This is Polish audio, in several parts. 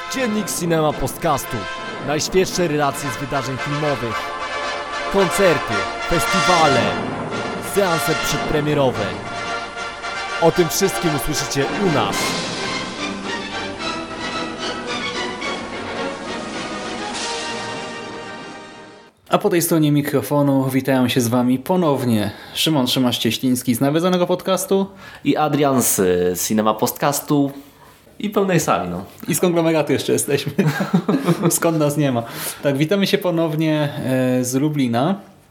Dziennik Cinema Podcastu. Najświeższe relacje z wydarzeń filmowych. Koncerty, festiwale, seanse przedpremierowe. O tym wszystkim usłyszycie u nas. A po tej stronie mikrofonu witają się z Wami ponownie Szymon Szymasz-Cieśliński z nawiedzonego podcastu i Adrian z Cinema Podcastu i pełnej sali. No. I z konglomeratu jeszcze jesteśmy. Skąd nas nie ma. Tak, witamy się ponownie z Lublina.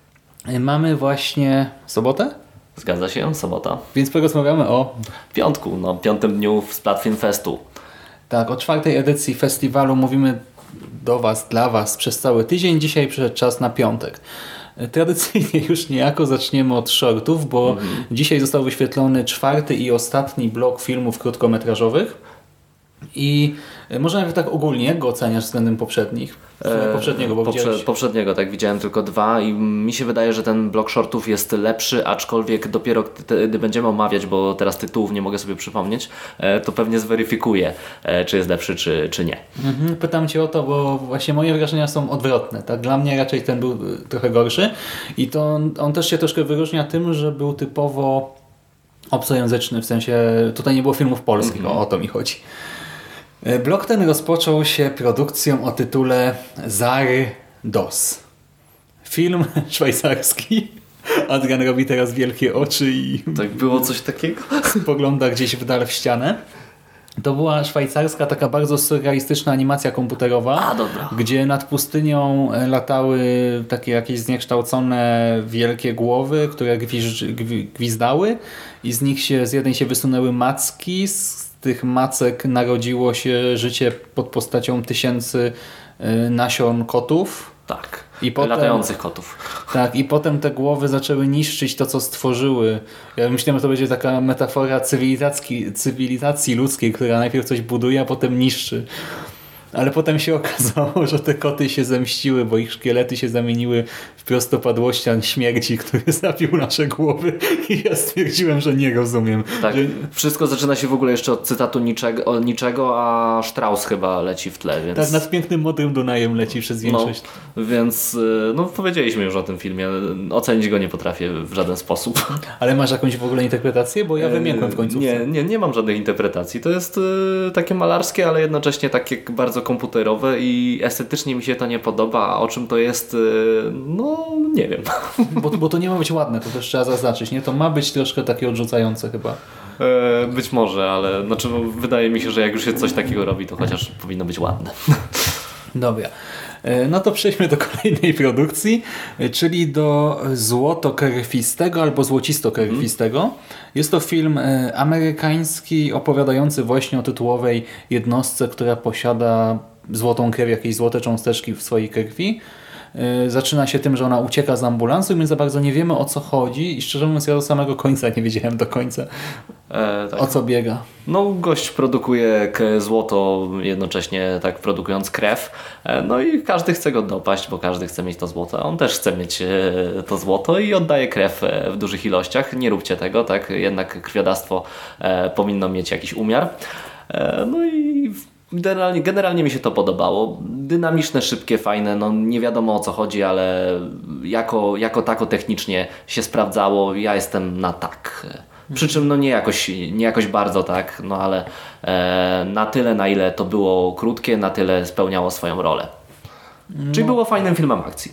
Mamy właśnie sobotę? Zgadza się, sobota. Więc porozmawiamy o piątku, piątym dniu z Platform Festu. Tak, o czwartej edycji festiwalu mówimy do Was, dla Was przez cały tydzień. Dzisiaj przyszedł czas na piątek. Tradycyjnie już niejako zaczniemy od shortów, bo dzisiaj został wyświetlony czwarty i ostatni blok filmów krótkometrażowych. I może nawet tak ogólnie, jak go oceniasz względem poprzednich? Poprzedniego, bo poprzedniego, tak, widziałem tylko dwa i mi się wydaje, że ten blok shortów jest lepszy, aczkolwiek dopiero gdy będziemy omawiać, bo teraz tytułów nie mogę sobie przypomnieć, to pewnie zweryfikuję, czy jest lepszy, czy nie. Pytam Cię o to, bo właśnie moje wrażenia są odwrotne. Tak? Dla mnie raczej ten był trochę gorszy i to on też się troszkę wyróżnia tym, że był typowo obcojęzyczny, w sensie tutaj nie było filmów polskich, o to mi chodzi. Blok ten rozpoczął się produkcją o tytule Zary Dos. Film szwajcarski. Adrian robi teraz wielkie oczy i tak było coś takiego? spogląda gdzieś w dal w ścianę. To była szwajcarska, taka bardzo surrealistyczna animacja komputerowa, gdzie nad pustynią latały takie jakieś zniekształcone wielkie głowy, które gwizdały i z jednej się wysunęły macki, z tych macek narodziło się życie pod postacią tysięcy nasion kotów. Tak, i potem, latających kotów. Tak, i potem te głowy zaczęły niszczyć to, co stworzyły. Ja myślałem, że to będzie taka metafora cywilizacji ludzkiej, która najpierw coś buduje, a potem niszczy. Ale potem się okazało, że te koty się zemściły, bo ich szkielety się zamieniły w prostopadłościan śmierci, który zabił nasze głowy i ja stwierdziłem, że nie rozumiem. Tak, wszystko zaczyna się w ogóle jeszcze od cytatu niczego, a Strauss chyba leci w tle. Więc... Tak, nad pięknym modrym Dunajem leci przez większość. Więc powiedzieliśmy już o tym filmie. Ocenić go nie potrafię w żaden sposób. Ale masz jakąś w ogóle interpretację? Bo ja wymiękłem w końcu. Nie mam żadnej interpretacji. To jest takie malarskie, ale jednocześnie takie bardzo komputerowe i estetycznie mi się to nie podoba, a o czym to jest, nie wiem. Bo to nie ma być ładne, to też trzeba zaznaczyć, nie? To ma być troszkę takie odrzucające chyba. Być może, ale wydaje mi się, że jak już się coś takiego robi, to chociaż powinno być ładne. Dobra. No to przejdźmy do kolejnej produkcji, czyli do Złotokrwistego albo Złocistokrwistego. Jest to film amerykański opowiadający właśnie o tytułowej jednostce, która posiada złotą krew, jakieś złote cząsteczki w swojej krwi. Zaczyna się tym, że ona ucieka z ambulansu i my za bardzo nie wiemy, o co chodzi i szczerze mówiąc ja do samego końca nie wiedziałem do końca tak. O co biega. Gość produkuje złoto, jednocześnie tak produkując krew, i każdy chce go dopaść, bo każdy chce mieć to złoto, a on też chce mieć to złoto i oddaje krew w dużych ilościach. Nie róbcie tego, tak? Jednak krwiodawstwo powinno mieć jakiś umiar. I generalnie mi się to podobało. Dynamiczne, szybkie, fajne. Nie wiadomo o co chodzi, ale jako tako technicznie się sprawdzało. Ja jestem na tak. Przy czym nie jakoś bardzo tak, ale na tyle, na ile to było krótkie, na tyle spełniało swoją rolę. Czyli było fajnym filmem akcji.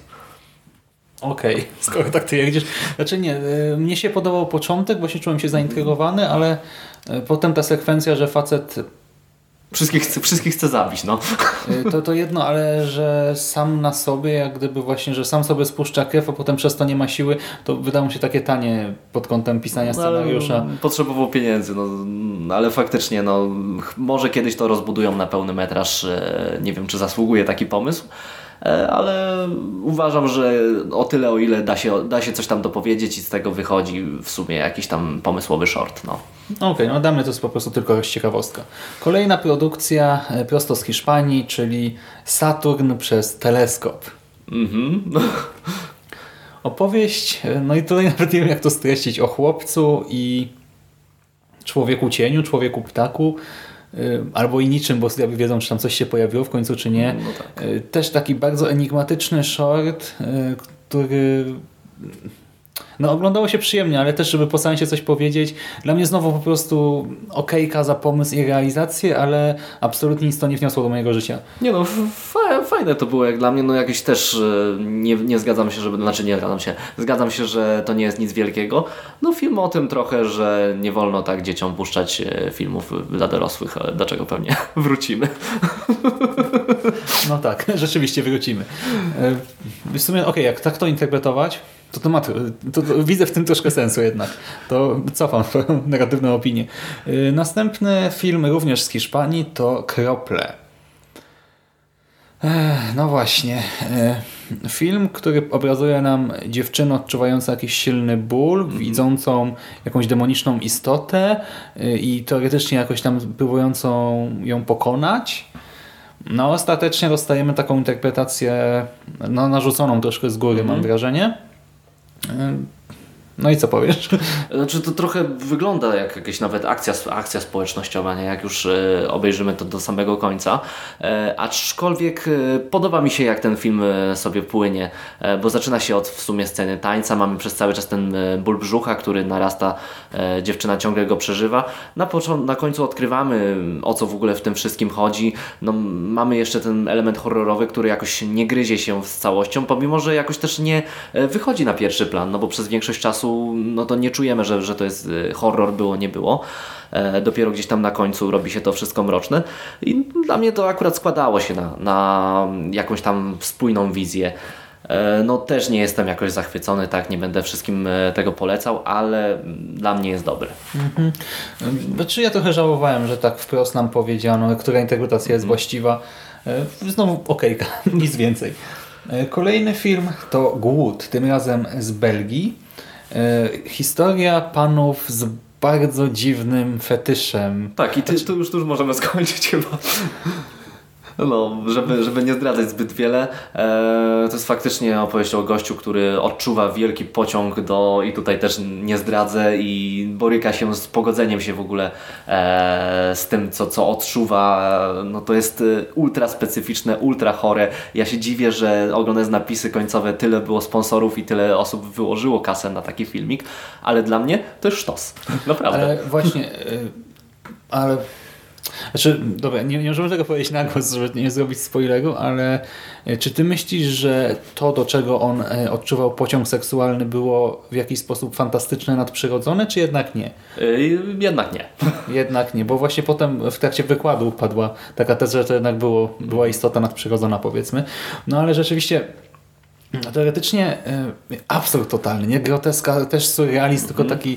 Okej, skoro tak ty jedziesz. Znaczy nie, mnie się podobał początek, bo się czułem się zaintrygowany, ale potem ta sekwencja, że facet Wszystkich chce zabić, To jedno, ale że sam na sobie, jak gdyby właśnie, że sam sobie spuszcza krew, a potem przez to nie ma siły, to wydało mi się takie tanie pod kątem pisania scenariusza. Potrzebował pieniędzy, ale faktycznie, może kiedyś to rozbudują na pełny metraż, nie wiem, czy zasługuje taki pomysł. Ale uważam, że o tyle, o ile da się coś tam dopowiedzieć i z tego wychodzi w sumie jakiś tam pomysłowy short. Okej, damy to jest po prostu tylko ciekawostka. Kolejna produkcja prosto z Hiszpanii, czyli Saturn przez teleskop. Opowieść, i tutaj nawet nie wiem jak to streścić, o chłopcu i człowieku cieniu, człowieku ptaku, albo i niczym, bo sobie wiedzą, czy tam coś się pojawiło w końcu, czy nie. No tak. Też taki bardzo enigmatyczny short, który no, oglądało się przyjemnie, ale też, żeby po seansie coś powiedzieć, dla mnie znowu po prostu okejka za pomysł i realizację, ale absolutnie nic to nie wniosło do mojego życia. Nie no, fajne to było jak dla mnie, no jakieś też nie zgadzam się, zgadzam się, że to nie jest nic wielkiego. No film o tym trochę, że nie wolno tak dzieciom puszczać filmów dla dorosłych, ale do czego pewnie wrócimy. No tak, rzeczywiście wrócimy. W sumie jak tak to interpretować, to widzę w tym troszkę sensu jednak. To cofam swoją negatywną opinię. Następny film również z Hiszpanii to Krople. No właśnie. Film, który obrazuje nam dziewczynę odczuwającą jakiś silny ból, widzącą jakąś demoniczną istotę i teoretycznie jakoś tam próbującą ją pokonać. No ostatecznie dostajemy taką interpretację narzuconą troszkę z góry, mam wrażenie. No i co powiesz? Znaczy to trochę wygląda jak jakaś nawet akcja społecznościowa, nie? Jak już obejrzymy to do samego końca. Aczkolwiek podoba mi się jak ten film sobie płynie, bo zaczyna się od w sumie sceny tańca, mamy przez cały czas ten ból brzucha, który narasta, dziewczyna ciągle go przeżywa. Na końcu odkrywamy o co w ogóle w tym wszystkim chodzi. No, mamy jeszcze ten element horrorowy, który jakoś nie gryzie się z całością, pomimo że jakoś też nie wychodzi na pierwszy plan, no bo przez większość czasu no to nie czujemy, że to jest horror, było, nie było. Dopiero gdzieś tam na końcu robi się to wszystko mroczne i dla mnie to akurat składało się na jakąś tam spójną wizję. No też nie jestem jakoś zachwycony, tak, nie będę wszystkim tego polecał, ale dla mnie jest dobry. Znaczy ja trochę żałowałem, że tak wprost nam powiedziano, która interpretacja jest właściwa. Znowu okejka, nic więcej. Kolejny film to Głód, tym razem z Belgii. Historia panów z bardzo dziwnym fetyszem. Tak, i tu już możemy skończyć chyba. No, żeby nie zdradzać zbyt wiele, to jest faktycznie opowieść o gościu, który odczuwa wielki pociąg i tutaj też nie zdradzę, i boryka się z pogodzeniem się w ogóle z tym, co odczuwa. No to jest ultra specyficzne, ultra chore. Ja się dziwię, że oglądając napisy końcowe tyle było sponsorów i tyle osób wyłożyło kasę na taki filmik, ale dla mnie to jest sztos. Naprawdę. Ale właśnie, Znaczy, dobra, nie możemy tego powiedzieć na głos, żeby nie zrobić spoileru, ale czy ty myślisz, że to, do czego on odczuwał pociąg seksualny, było w jakiś sposób fantastyczne, nadprzyrodzone, czy jednak nie? Jednak nie. Jednak nie, bo właśnie potem w trakcie wykładu padła taka teza, że to jednak była istota nadprzyrodzona, powiedzmy. No ale rzeczywiście teoretycznie absurd totalny, nie? Groteska, też surrealizm, tylko taki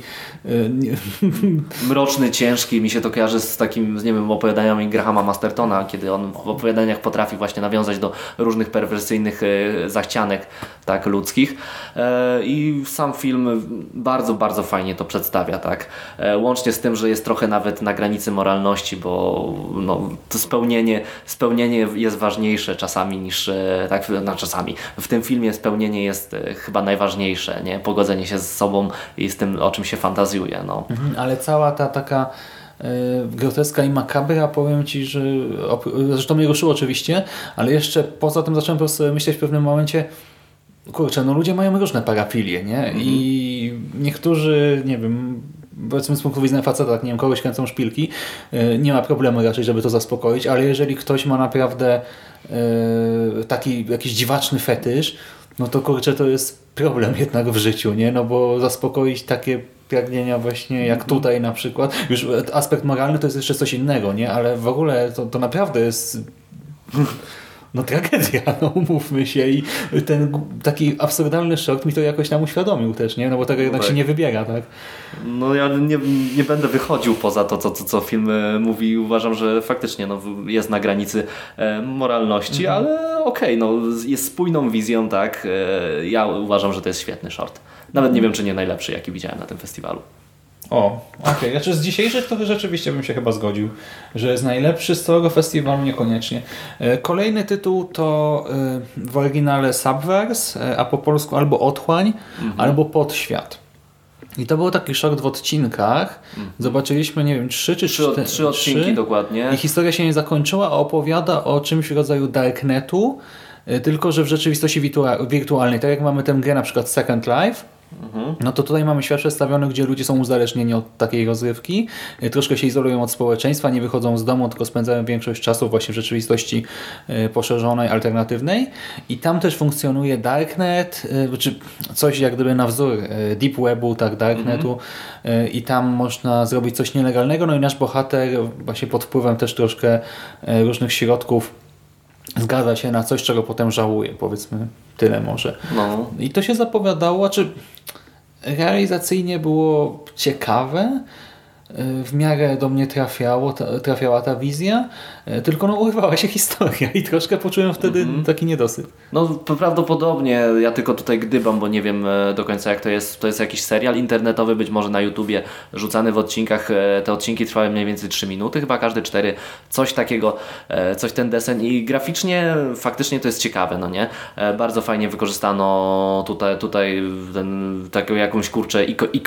mroczny, ciężki. Mi się to kojarzy z takim, nie wiem, opowiadaniami Grahama Mastertona, kiedy on w opowiadaniach potrafi właśnie nawiązać do różnych perwersyjnych zachcianek, tak, ludzkich. I sam film bardzo, bardzo fajnie to przedstawia, tak. Łącznie z tym, że jest trochę nawet na granicy moralności, bo no, to spełnienie jest ważniejsze czasami niż, tak, czasami. W tym filmie spełnienie jest chyba najważniejsze, nie? Pogodzenie się z sobą i z tym, o czym się fantazjuje. No. Ale cała ta taka groteska i makabra, powiem Ci, że zresztą mnie ruszyło oczywiście, ale jeszcze poza tym zacząłem po prostu myśleć w pewnym momencie, kurczę, no ludzie mają różne parafilie, nie? I niektórzy, nie wiem, powiedzmy z punktu widzenia faceta, tak, nie wiem, kogoś kręcą szpilki, nie ma problemu raczej, żeby to zaspokoić, ale jeżeli ktoś ma naprawdę taki jakiś dziwaczny fetysz, no to kurczę, to jest problem jednak w życiu, nie? No bo zaspokoić takie pragnienia właśnie jak tutaj na przykład, już aspekt moralny to jest jeszcze coś innego, nie? Ale w ogóle to naprawdę jest no tragedia, no umówmy się, i ten taki absurdalny szok mi to jakoś tam uświadomił też, nie? No bo tego jednak się nie wybiera, tak? No ja nie będę wychodził poza to, co film mówi. Uważam, że faktycznie no, jest na granicy moralności, ale okej, no jest spójną wizją, tak? Ja uważam, że to jest świetny short. Nawet nie wiem, czy nie najlepszy, jaki widziałem na tym festiwalu. Okej. Znaczy z dzisiejszych to rzeczywiście bym się chyba zgodził, że jest najlepszy, z całego festiwalu niekoniecznie. Kolejny tytuł to w oryginale Subverse, a po polsku albo Otchłań, albo Podświat. I to był taki short w odcinkach. Zobaczyliśmy, nie wiem, 3 czy 4. Trzy odcinki dokładnie. I historia się nie zakończyła, a opowiada o czymś w rodzaju darknetu, tylko że w rzeczywistości wirtualnej. Tak jak mamy tę grę na przykład Second Life, no to tutaj mamy świat przedstawiony, gdzie ludzie są uzależnieni od takiej rozrywki, troszkę się izolują od społeczeństwa, nie wychodzą z domu, tylko spędzają większość czasu właśnie w rzeczywistości poszerzonej, alternatywnej. I tam też funkcjonuje Darknet, czy coś jak gdyby na wzór Deep Webu, tak, Darknetu. I tam można zrobić coś nielegalnego, no i nasz bohater właśnie pod wpływem też troszkę różnych środków zgadza się na coś, czego potem żałuje, powiedzmy tyle może. No. I to się zapowiadało, czy realizacyjnie było ciekawe, w miarę do mnie trafiała ta wizja, tylko urwała się historia i troszkę poczułem wtedy taki niedosyt. No prawdopodobnie, ja tylko tutaj gdybam, bo nie wiem do końca jak to jest. To jest jakiś serial internetowy, być może na YouTubie rzucany w odcinkach. Te odcinki trwały mniej więcej 3 minuty, chyba każde 4. Coś takiego, coś ten deseń i graficznie faktycznie to jest ciekawe, no nie? Bardzo fajnie wykorzystano tutaj taką jakąś kurczę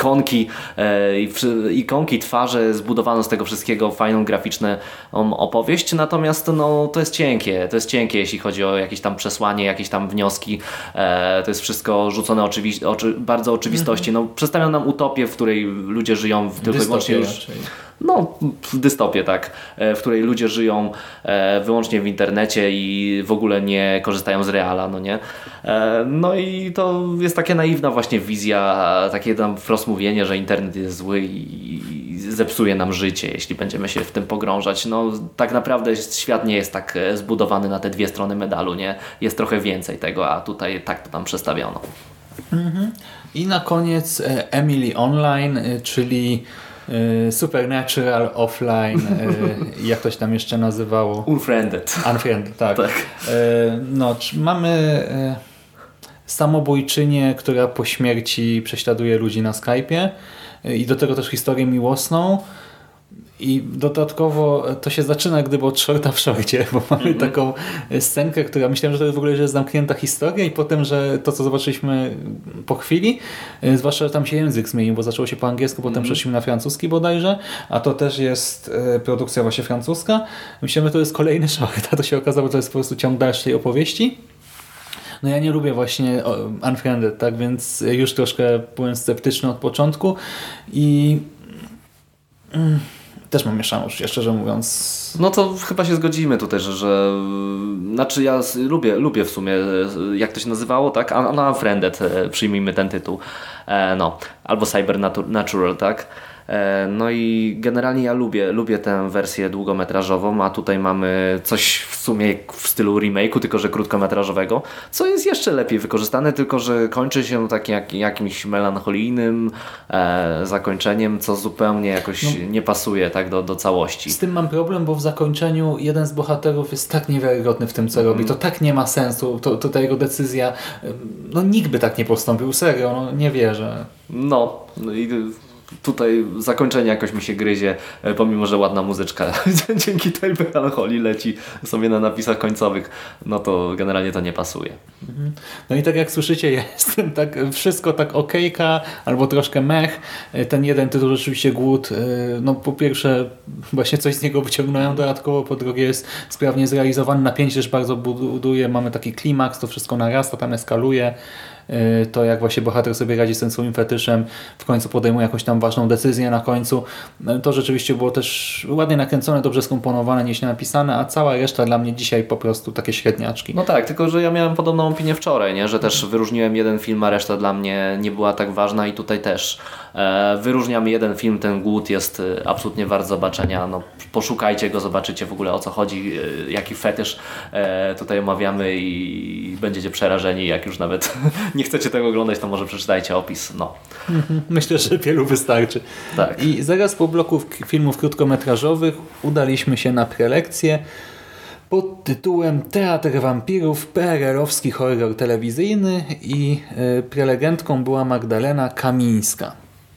ikonki, twarze, zbudowano z tego wszystkiego fajną graficzną opowieść, natomiast no, to jest cienkie, jeśli chodzi o jakieś tam przesłanie, jakieś tam wnioski, to jest wszystko rzucone bardzo oczywistości. No, przedstawiają nam utopię, w której ludzie żyją tylko i wyłącznie już... No, dystopię, tak, w której ludzie żyją wyłącznie w internecie i w ogóle nie korzystają z reala, no nie? No i to jest taka naiwna właśnie wizja, takie tam wprost mówienie, że internet jest zły i zepsuje nam życie, jeśli będziemy się w tym pogrążać. No tak naprawdę świat nie jest tak zbudowany na te dwie strony medalu, nie? Jest trochę więcej tego, a tutaj tak to tam przedstawiono. I na koniec Emily Online, czyli Supernatural Offline, jak to się tam jeszcze nazywało? Unfriended, tak. No, mamy samobójczynię, która po śmierci prześladuje ludzi na Skype'ie i do tego też historię miłosną. I dodatkowo to się zaczyna gdyby od shorta w shorcie, bo mamy taką scenkę, która myślałem, że to w ogóle jest zamknięta historia i potem, że to co zobaczyliśmy po chwili, zwłaszcza, że tam się język zmienił, bo zaczęło się po angielsku, potem przeszliśmy na francuski bodajże, a to też jest produkcja właśnie francuska. Myślałem, że to jest kolejny short, a to się okazało, że to jest po prostu ciąg dalszej opowieści. No ja nie lubię właśnie Unfriended, tak, więc już troszkę byłem sceptyczny od początku i też mam mieszane uczucia, szczerze mówiąc. No to chyba się zgodzimy tutaj, że znaczy ja lubię w sumie, jak to się nazywało, tak? Unfriended, przyjmijmy ten tytuł. No, albo Cybernatural, tak? No i generalnie ja lubię tę wersję długometrażową, a tutaj mamy coś w sumie w stylu remake'u, tylko że krótkometrażowego, co jest jeszcze lepiej wykorzystane, tylko że kończy się takim jakimś melancholijnym zakończeniem, co zupełnie jakoś nie pasuje tak do całości. Z tym mam problem, bo w zakończeniu jeden z bohaterów jest tak niewiarygodny w tym, co robi. To tak nie ma sensu, to ta jego decyzja, no nikt by tak nie postąpił, serio, no nie wierzę. No i tutaj zakończenie jakoś mi się gryzie, pomimo że ładna muzyczka dzięki tej melancholii leci sobie na napisach końcowych, no to generalnie to nie pasuje. No i tak jak słyszycie, ja jestem tak, wszystko tak okejka, albo troszkę mech. Ten jeden tytuł rzeczywiście głód, no po pierwsze właśnie coś z niego wyciągnąłem dodatkowo, po drugie jest sprawnie zrealizowany, napięcie też bardzo buduje, mamy taki klimaks, to wszystko narasta, tam eskaluje. To jak właśnie bohater sobie radzi z tym swoim fetyszem, w końcu podejmuje jakąś tam ważną decyzję na końcu. To rzeczywiście było też ładnie nakręcone, dobrze skomponowane, nieźle napisane, a cała reszta dla mnie dzisiaj po prostu takie średniaczki. No tak, tylko że ja miałem podobną opinię wczoraj, nie? Że też wyróżniłem jeden film, a reszta dla mnie nie była tak ważna i tutaj też wyróżniam jeden film, ten Głód jest absolutnie wart zobaczenia. No, poszukajcie go, zobaczycie w ogóle o co chodzi, jaki fetysz tutaj omawiamy i będziecie przerażeni, jak już nawet nie chcecie tego oglądać, to może przeczytajcie opis. No. Myślę, że wielu wystarczy. Tak. I zaraz po bloku filmów krótkometrażowych udaliśmy się na prelekcję pod tytułem Teatr Wampirów, PRL-owski horror telewizyjny i prelegentką była Magdalena Kamińska.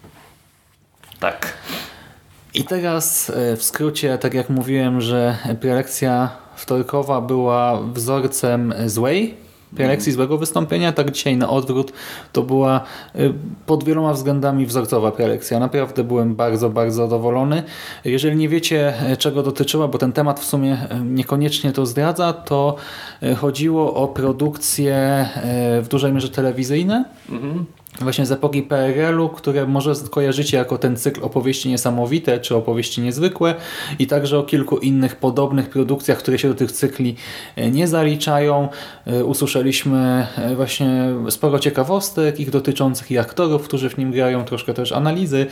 Tak. I teraz w skrócie, tak jak mówiłem, że prelekcja wtorkowa była wzorcem złej prelekcji, złego wystąpienia, tak dzisiaj na odwrót to była pod wieloma względami wzorcowa prelekcja. Naprawdę byłem bardzo, bardzo zadowolony. Jeżeli nie wiecie, czego dotyczyła, bo ten temat w sumie niekoniecznie to zdradza, to chodziło o produkcje w dużej mierze telewizyjne, właśnie z epoki PRL-u, które może kojarzycie jako ten cykl Opowieści Niesamowite czy Opowieści Niezwykłe i także o kilku innych podobnych produkcjach, które się do tych cykli nie zaliczają. Usłyszeliśmy właśnie sporo ciekawostek ich dotyczących i aktorów, którzy w nim grają, troszkę też analizy.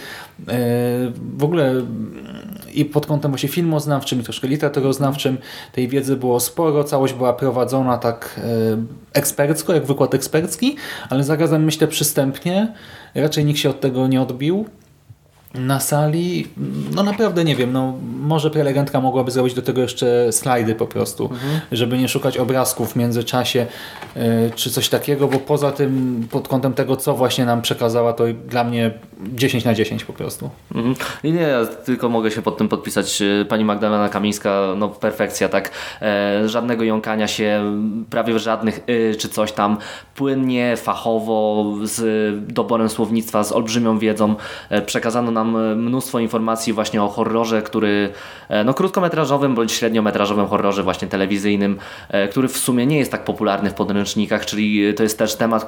W ogóle i pod kątem właśnie filmoznawczym i troszkę literaturoznawczym tej wiedzy było sporo. Całość była prowadzona tak ekspercko, jak wykład ekspercki, ale zarazem myślę przystępnie. Raczej nikt się od tego nie odbił. Na sali, no naprawdę nie wiem, no może prelegentka mogłaby zrobić do tego jeszcze slajdy po prostu, żeby nie szukać obrazków w międzyczasie czy coś takiego, bo poza tym pod kątem tego, co właśnie nam przekazała, to dla mnie 10 na 10 po prostu. Nie, ja tylko mogę się pod tym podpisać. Pani Magdalena Kamińska, no perfekcja, tak, żadnego jąkania się, prawie żadnych czy coś tam, płynnie, fachowo, z doborem słownictwa, z olbrzymią wiedzą, przekazano nam mnóstwo informacji właśnie o horrorze, który no krótkometrażowym bądź średniometrażowym horrorze właśnie telewizyjnym, który w sumie nie jest tak popularny w podręcznikach, czyli to jest też temat,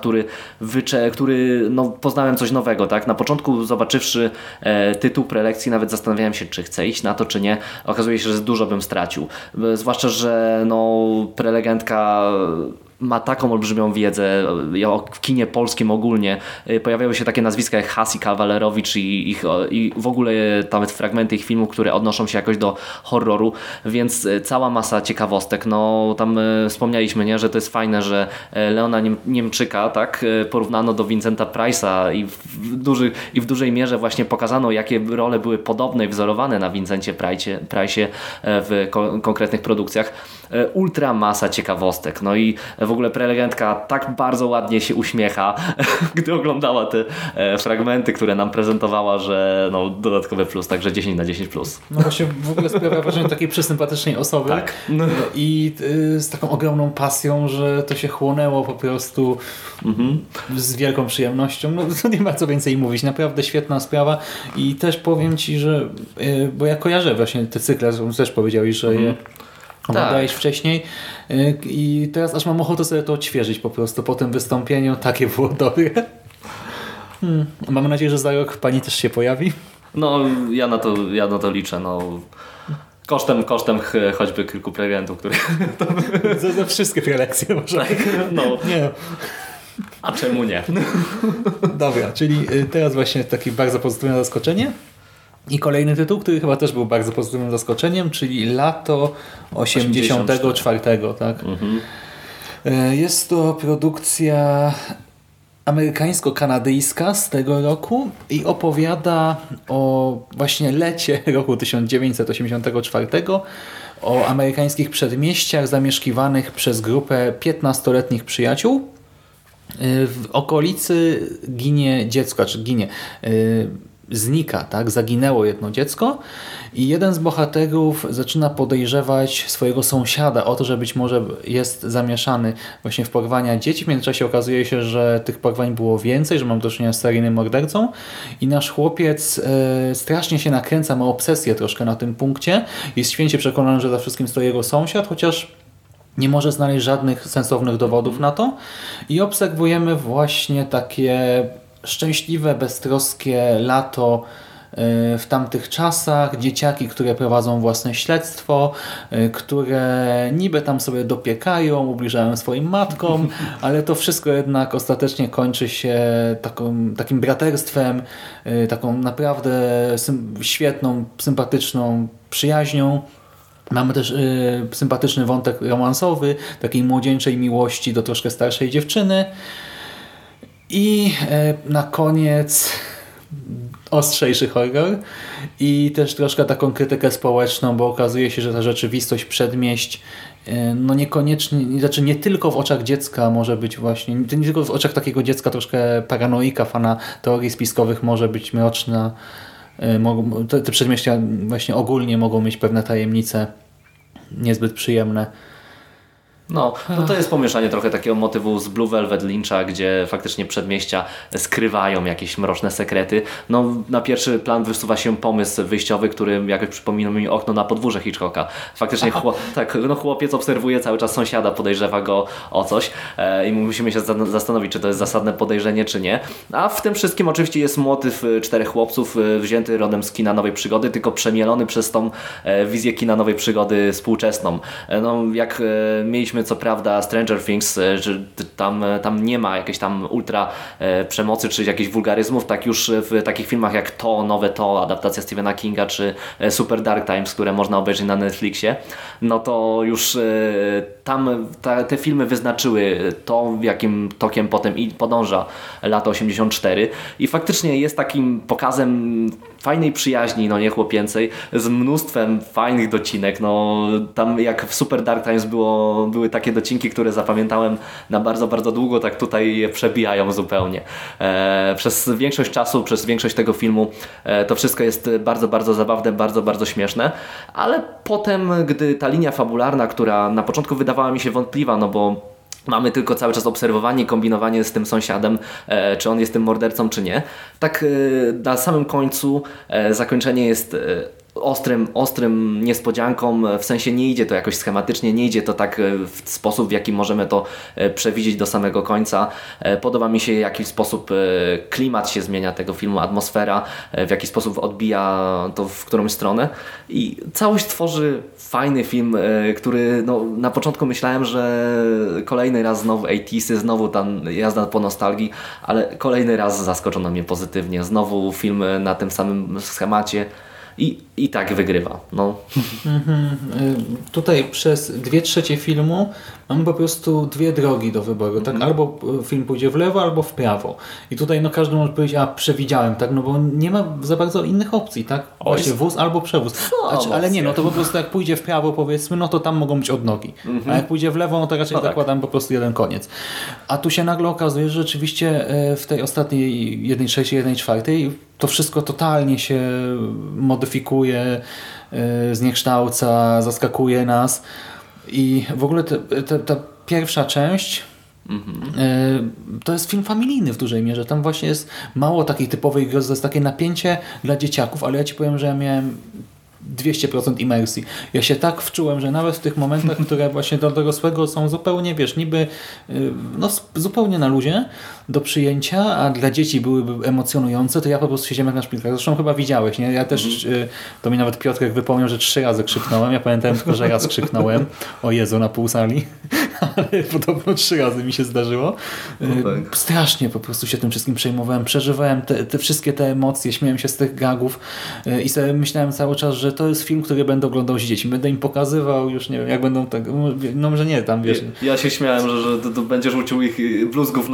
który no, poznałem coś nowego, tak? Na początku zobaczywszy tytuł prelekcji nawet zastanawiałem się, czy chcę iść na to, czy nie. Okazuje się, że dużo bym stracił. Zwłaszcza, że no prelegentka ma taką olbrzymią wiedzę o kinie polskim ogólnie. Pojawiały się takie nazwiska jak Hasi Kawalerowicz i w ogóle nawet fragmenty ich filmów, które odnoszą się jakoś do horroru, więc cała masa ciekawostek. No tam wspomnieliśmy, nie, że to jest fajne, że Leona Niemczyka tak porównano do Vincenta Price'a i w dużej mierze właśnie pokazano, jakie role były podobne i wzorowane na Vincencie Price'ie w konkretnych produkcjach. Ultra masa ciekawostek. No i w ogóle prelegentka tak bardzo ładnie się uśmiecha, gdy oglądała te fragmenty, które nam prezentowała, że no, dodatkowy plus, także 10 na 10 plus. No właśnie w ogóle sprawia wrażenie takiej przysympatycznej osoby. Tak. I z taką ogromną pasją, że to się chłonęło po prostu z wielką przyjemnością. No to nie ma co więcej mówić. Naprawdę świetna sprawa i też powiem Ci, że bo ja kojarzę właśnie te cykle, też powiedziałeś, że je omawiałeś wcześniej i teraz aż mam ochotę sobie to odświeżyć po prostu po tym wystąpieniu. Takie było dobre. Mam nadzieję, że za rok Pani też się pojawi. No ja na to liczę. No. Kosztem choćby kilku prelegentów, które... Za wszystkie prelekcje może. Tak, no. Nie. A czemu nie? Dobra, czyli teraz właśnie takie bardzo pozytywne zaskoczenie. I kolejny tytuł, który chyba też był bardzo pozytywnym zaskoczeniem, czyli Lato 84, tak? Jest to produkcja amerykańsko-kanadyjska z tego roku i opowiada o właśnie lecie roku 1984, o amerykańskich przedmieściach zamieszkiwanych przez grupę 15-letnich przyjaciół. W okolicy ginie dziecko, znika, tak? Zaginęło jedno dziecko i jeden z bohaterów zaczyna podejrzewać swojego sąsiada o to, że być może jest zamieszany właśnie w porwania dzieci. W międzyczasie okazuje się, że tych porwań było więcej, że mam do czynienia z seryjnym mordercą i nasz chłopiec strasznie się nakręca, ma obsesję troszkę na tym punkcie. Jest święcie przekonany, że za wszystkim stoi jego sąsiad, chociaż nie może znaleźć żadnych sensownych dowodów na to i obserwujemy właśnie takie szczęśliwe, beztroskie lato w tamtych czasach, dzieciaki, które prowadzą własne śledztwo, które niby tam sobie dopiekają, ubliżają swoim matkom, ale to wszystko jednak ostatecznie kończy się takim braterstwem, taką naprawdę świetną, sympatyczną przyjaźnią. Mamy też sympatyczny wątek romansowy, takiej młodzieńczej miłości do troszkę starszej dziewczyny. I na koniec ostrzejszy horror i też troszkę taką krytykę społeczną, bo okazuje się, że ta rzeczywistość przedmieść no niekoniecznie, znaczy nie tylko w oczach dziecka może być właśnie, nie tylko w oczach takiego dziecka troszkę paranoika, fana teorii spiskowych może być mroczna. Te przedmieścia właśnie ogólnie mogą mieć pewne tajemnice niezbyt przyjemne. No to jest pomieszanie trochę takiego motywu z Blue Velvet Lyncha, gdzie faktycznie przedmieścia skrywają jakieś mroczne sekrety. No na pierwszy plan wysuwa się pomysł wyjściowy, który jakoś przypomina mi okno na podwórze Hitchcocka. Faktycznie chłopiec obserwuje cały czas sąsiada, podejrzewa go o coś i musimy się zastanowić, czy to jest zasadne podejrzenie, czy nie. A w tym wszystkim oczywiście jest motyw 4 chłopców wzięty rodem z kina Nowej Przygody, tylko przemielony przez tą wizję kina Nowej Przygody współczesną. No jak mieliśmy co prawda Stranger Things, że tam nie ma jakiejś tam ultra przemocy czy jakichś wulgaryzmów, tak już w takich filmach jak nowe adaptacja Stephena Kinga czy Super Dark Times, które można obejrzeć na Netflixie, no to już tam te filmy wyznaczyły to, w jakim tokiem potem podąża lata 84 i faktycznie jest takim pokazem fajnej przyjaźni, no nie chłopięcej, z mnóstwem fajnych docinek. No tam jak w Super Dark Times były takie docinki, które zapamiętałem na bardzo, bardzo długo, tak tutaj je przebijają zupełnie. Przez większość czasu, przez większość tego filmu to wszystko jest bardzo, bardzo zabawne, bardzo, bardzo śmieszne, ale potem, gdy ta linia fabularna, która na początku wydawała mi się wątpliwa, no bo mamy tylko cały czas obserwowanie i kombinowanie z tym sąsiadem, czy on jest tym mordercą, czy nie. Tak na samym końcu zakończenie jest ostrym niespodzianką, w sensie nie idzie to jakoś schematycznie, nie idzie to tak w sposób, w jaki możemy to przewidzieć do samego końca. Podoba mi się, w jaki sposób klimat się zmienia tego filmu, atmosfera, w jaki sposób odbija to w którąś stronę i całość tworzy fajny film, który no, na początku myślałem, że kolejny raz znowu 80'sy, znowu ta jazda po nostalgii, ale kolejny raz zaskoczono mnie pozytywnie. Znowu film na tym samym schemacie. I tak wygrywa. No. Tutaj przez 2/3 filmu mamy po prostu dwie drogi do wyboru. Tak? Albo film pójdzie w lewo, albo w prawo. I tutaj no każdy może powiedzieć, przewidziałem, tak? No bo nie ma za bardzo innych opcji, tak? Właśnie wóz albo przewóz. Ale nie, no to po prostu jak pójdzie w prawo, powiedzmy, no to tam mogą być odnogi. A jak pójdzie w lewo, no to raczej zakładam po prostu jeden koniec. A tu się nagle okazuje, że rzeczywiście w tej ostatniej 1/3, 1/4 to wszystko totalnie się modyfikuje, zniekształca, zaskakuje nas i w ogóle ta pierwsza część to jest film familijny w dużej mierze. Tam właśnie jest mało takiej typowej gry, to jest takie napięcie dla dzieciaków, ale ja Ci powiem, że ja miałem 200% imersji. Ja się tak wczułem, że nawet w tych momentach, które właśnie dla dorosłego są zupełnie, wiesz, niby no, zupełnie na luzie do przyjęcia, a dla dzieci byłyby emocjonujące, to ja po prostu siedziałem jak na szpilkach. Zresztą chyba widziałeś, nie? Ja też, to mi nawet Piotrek wypomniał, że 3 razy krzyknąłem. Ja pamiętałem tylko, że raz krzyknąłem. O Jezu, na pół sali. Ale podobno 3 razy mi się zdarzyło. No tak. Strasznie po prostu się tym wszystkim przejmowałem. Przeżywałem te wszystkie te emocje, śmiałem się z tych gagów i sobie myślałem cały czas, że to jest film, który będę oglądał z dziećmi. Będę im pokazywał, już nie wiem, jak będą tak, no może nie, tam wiesz. Ja się śmiałem, że to będziesz uczył ich bluzgów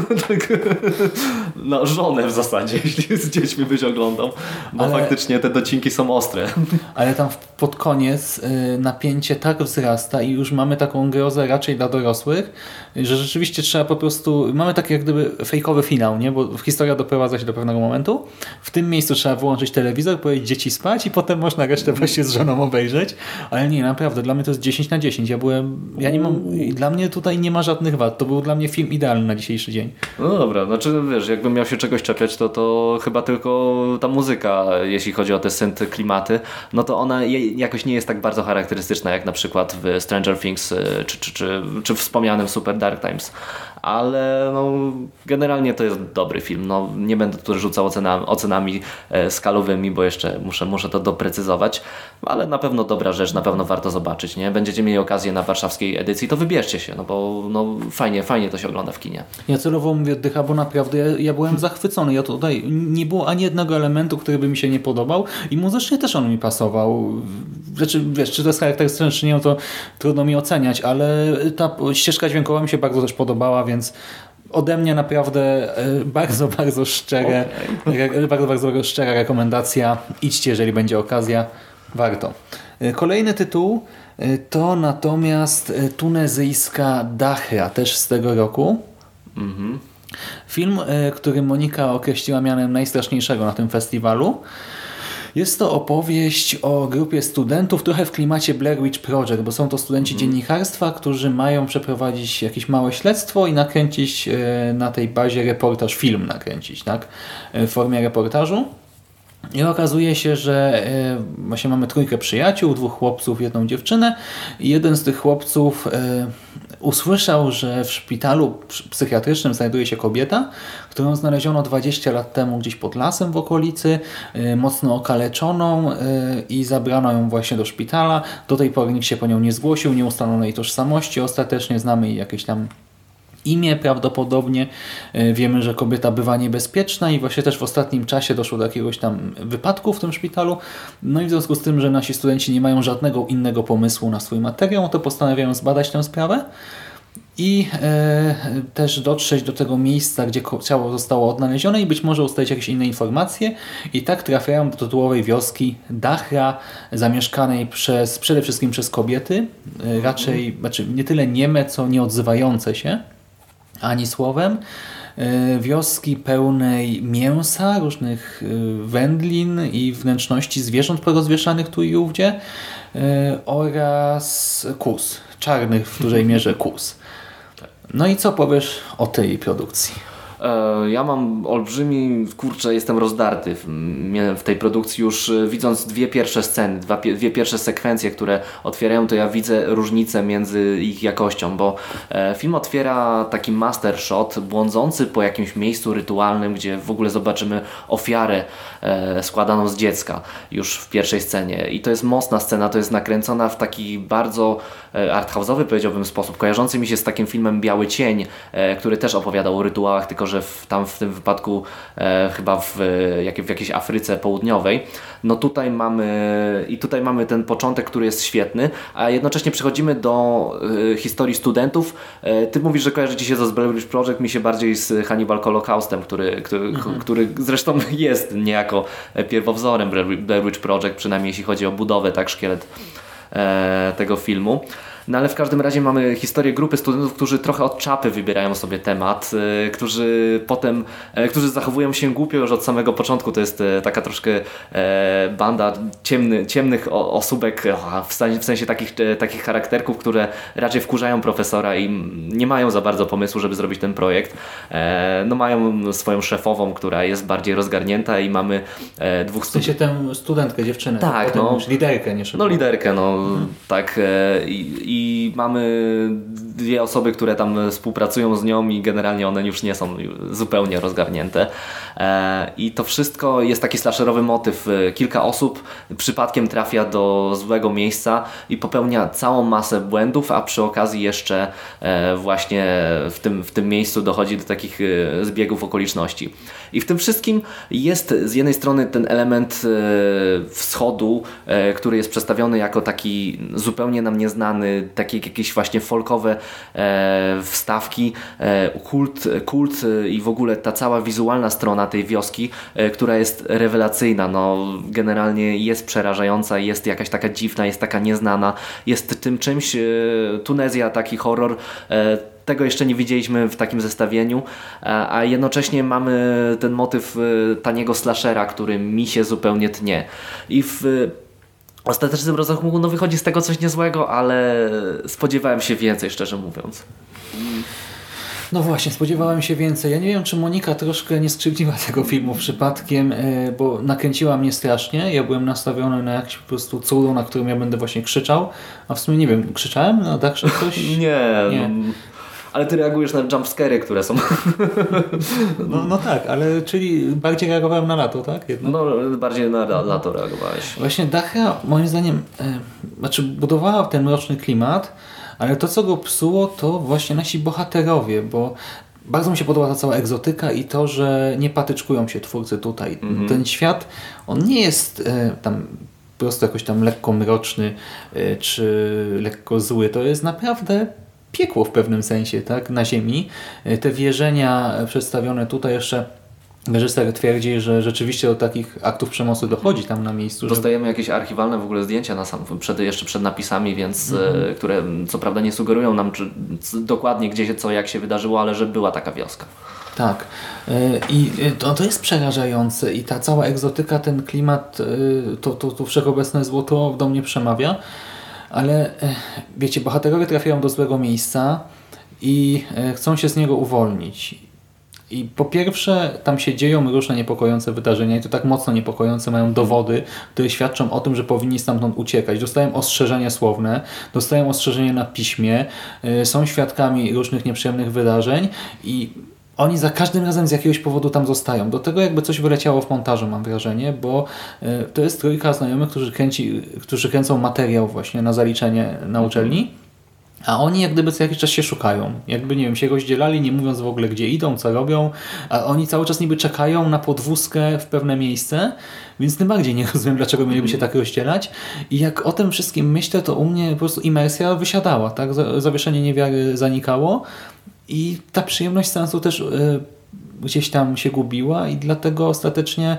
na żonę w zasadzie, jeśli z dziećmi byś oglądał, bo faktycznie te docinki są ostre. Ale tam pod koniec napięcie tak wzrasta i już mamy taką grozę raczej dla dorosłych, że rzeczywiście trzeba po prostu, mamy taki jak gdyby fejkowy finał, nie? Bo historia doprowadza się do pewnego momentu. W tym miejscu trzeba wyłączyć telewizor, powiedzieć dzieci spać i potem można resztę właśnie z żoną obejrzeć. Ale nie, naprawdę, dla mnie to jest 10/10. Ja nie mam, dla mnie tutaj nie ma żadnych wad. To był dla mnie film idealny na dzisiejszy dzień. No dobra, znaczy wiesz, jakbym miał się czegoś czepiać, to chyba tylko ta muzyka, jeśli chodzi o te synth klimaty, no to ona jakoś nie jest tak bardzo charakterystyczna jak na przykład w Stranger Things czy wspomnianym Super Dark Times. Ale no, generalnie to jest dobry film. No, nie będę tu rzucał ocenami skalowymi, bo jeszcze muszę to doprecyzować, ale na pewno dobra rzecz, na pewno warto zobaczyć. Nie? Będziecie mieli okazję na warszawskiej edycji, to wybierzcie się, no bo no, fajnie to się ogląda w kinie. Ja celowo mówię Dycha, bo naprawdę ja byłem zachwycony. Ja tutaj nie było ani jednego elementu, który by mi się nie podobał i muzycznie też on mi pasował. Znaczy, wiesz, czy to jest charakterystyczne, czy nie, to trudno mi oceniać, ale ta ścieżka dźwiękowa mi się bardzo też podobała, więc ode mnie naprawdę bardzo, bardzo szczere, bardzo szczera rekomendacja. Idźcie, jeżeli będzie okazja. Warto. Kolejny tytuł to natomiast tunezyjska Dahra, też z tego roku. Film, który Monika określiła mianem najstraszniejszego na tym festiwalu. Jest to opowieść o grupie studentów, trochę w klimacie Blair Witch Project, bo są to studenci dziennikarstwa, którzy mają przeprowadzić jakieś małe śledztwo i nakręcić na tej bazie reportaż, film nakręcić, tak? W formie reportażu. I okazuje się, że właśnie mamy trójkę przyjaciół, 2 chłopców, 1 dziewczynę i jeden z tych chłopców usłyszał, że w szpitalu psychiatrycznym znajduje się kobieta, którą znaleziono 20 lat temu gdzieś pod lasem w okolicy, mocno okaleczoną i zabrano ją właśnie do szpitala. Do tej pory nikt się po nią nie zgłosił, nie ustalono jej tożsamości. Ostatecznie znamy jej jakieś tam imię prawdopodobnie. Wiemy, że kobieta bywa niebezpieczna i właśnie też w ostatnim czasie doszło do jakiegoś tam wypadku w tym szpitalu. No i w związku z tym, że nasi studenci nie mają żadnego innego pomysłu na swój materiał, to postanawiają zbadać tę sprawę i też dotrzeć do tego miejsca, gdzie ciało zostało odnalezione i być może ustalić jakieś inne informacje. I tak trafiają do tytułowej wioski Dachra, zamieszkanej przede wszystkim przez kobiety, raczej znaczy nie tyle nieme, co nieodzywające się ani słowem. Wioski pełnej mięsa, różnych wędlin i wnętrzności zwierząt porozwieszanych tu i ówdzie oraz kus, czarnych w dużej mierze kus. No i co powiesz o tej produkcji? Ja mam olbrzymi, jestem rozdarty w tej produkcji już widząc 2 pierwsze sceny, 2 pierwsze sekwencje, które otwierają, to ja widzę różnicę między ich jakością, bo film otwiera taki master shot błądzący po jakimś miejscu rytualnym, gdzie w ogóle zobaczymy ofiarę składaną z dziecka już w pierwszej scenie i to jest mocna scena, to jest nakręcona w taki bardzo arthouse'owy, powiedziałbym, sposób, kojarzący mi się z takim filmem Biały Cień, który też opowiadał o rytuałach, tylko że tam w tym wypadku chyba w jakiejś Afryce Południowej. No tutaj mamy ten początek, który jest świetny, a jednocześnie przechodzimy do historii studentów. Ty mówisz, że kojarzy Ci się z Blair Witch Project, mi się bardziej z Hannibal Holocaustem, który zresztą jest niejako pierwowzorem Blair Witch Project, przynajmniej jeśli chodzi o budowę, tak, szkielet tego filmu. No ale w każdym razie mamy historię grupy studentów, którzy trochę od czapy wybierają sobie temat, którzy zachowują się głupio już od samego początku. To jest taka troszkę banda ciemnych osóbek, w sensie takich charakterków, które raczej wkurzają profesora i nie mają za bardzo pomysłu, żeby zrobić ten projekt. No mają swoją szefową, która jest bardziej rozgarnięta i mamy 2 W sensie tę studentkę, dziewczynę. Tak, no. Liderkę, nie szefową. No liderkę, tak. I mamy 2 osoby, które tam współpracują z nią i generalnie one już nie są zupełnie rozgarnięte. I to wszystko jest taki slasherowy motyw. Kilka osób przypadkiem trafia do złego miejsca i popełnia całą masę błędów, a przy okazji jeszcze właśnie w tym miejscu dochodzi do takich zbiegów okoliczności. I w tym wszystkim jest z jednej strony ten element wschodu, który jest przedstawiony jako taki zupełnie nam nieznany, takie jakieś właśnie folkowe wstawki, kult i w ogóle ta cała wizualna strona tej wioski, która jest rewelacyjna, no generalnie jest przerażająca, jest jakaś taka dziwna, jest taka nieznana, jest tym czymś, Tunezja, taki horror, tego jeszcze nie widzieliśmy w takim zestawieniu, a jednocześnie mamy ten motyw taniego slashera, który mi się zupełnie tnie. I w ostatecznym rozrachunku no wychodzi z tego coś niezłego, ale spodziewałem się więcej, szczerze mówiąc. No właśnie, spodziewałem się więcej. Ja nie wiem, czy Monika troszkę nie skrzywdziła tego filmu przypadkiem, bo nakręciła mnie strasznie. Ja byłem nastawiony na jakiś po prostu cudo, na którym ja będę właśnie krzyczał. A w sumie nie wiem, krzyczałem na Dachrze coś? Nie. Ale ty reagujesz na jumpscary, które są... No tak, ale czyli bardziej reagowałem na lato, tak? No bardziej na lato reagowałeś. Właśnie Dachra moim zdaniem budowała ten mroczny klimat, ale to co go psuło to właśnie nasi bohaterowie, bo bardzo mi się podoba ta cała egzotyka i to, że nie patyczkują się twórcy tutaj. Ten świat, on nie jest tam po prostu jakoś tam lekko mroczny czy lekko zły. To jest naprawdę piekło w pewnym sensie, tak, na ziemi. Te wierzenia przedstawione tutaj jeszcze reżyser twierdzi, że rzeczywiście do takich aktów przemocy dochodzi tam na miejscu. Dostajemy jakieś archiwalne w ogóle zdjęcia jeszcze przed napisami, więc które co prawda nie sugerują nam dokładnie gdzie się co, jak się wydarzyło, ale że była taka wioska. Tak. I to jest przerażające i ta cała egzotyka, ten klimat, to wszechobecne złoto do mnie przemawia, ale wiecie, bohaterowie trafiają do złego miejsca i chcą się z niego uwolnić. I po pierwsze tam się dzieją różne niepokojące wydarzenia i to tak mocno niepokojące, mają dowody, które świadczą o tym, że powinni stamtąd uciekać. Dostają ostrzeżenia słowne, dostają ostrzeżenia na piśmie, są świadkami różnych nieprzyjemnych wydarzeń i oni za każdym razem z jakiegoś powodu tam zostają. Do tego jakby coś wyleciało w montażu, mam wrażenie, bo to jest trójka znajomych, którzy kręcą materiał właśnie na zaliczenie na uczelni, a oni jak gdyby co jakiś czas się szukają. Jakby, nie wiem, się rozdzielali, nie mówiąc w ogóle gdzie idą, co robią, a oni cały czas niby czekają na podwózkę w pewne miejsce, więc tym bardziej nie rozumiem, dlaczego mieliby się tak rozdzielać. I jak o tym wszystkim myślę, to u mnie po prostu imersja wysiadała, tak? Zawieszenie niewiary zanikało i ta przyjemność seansu też gdzieś tam się gubiła i dlatego ostatecznie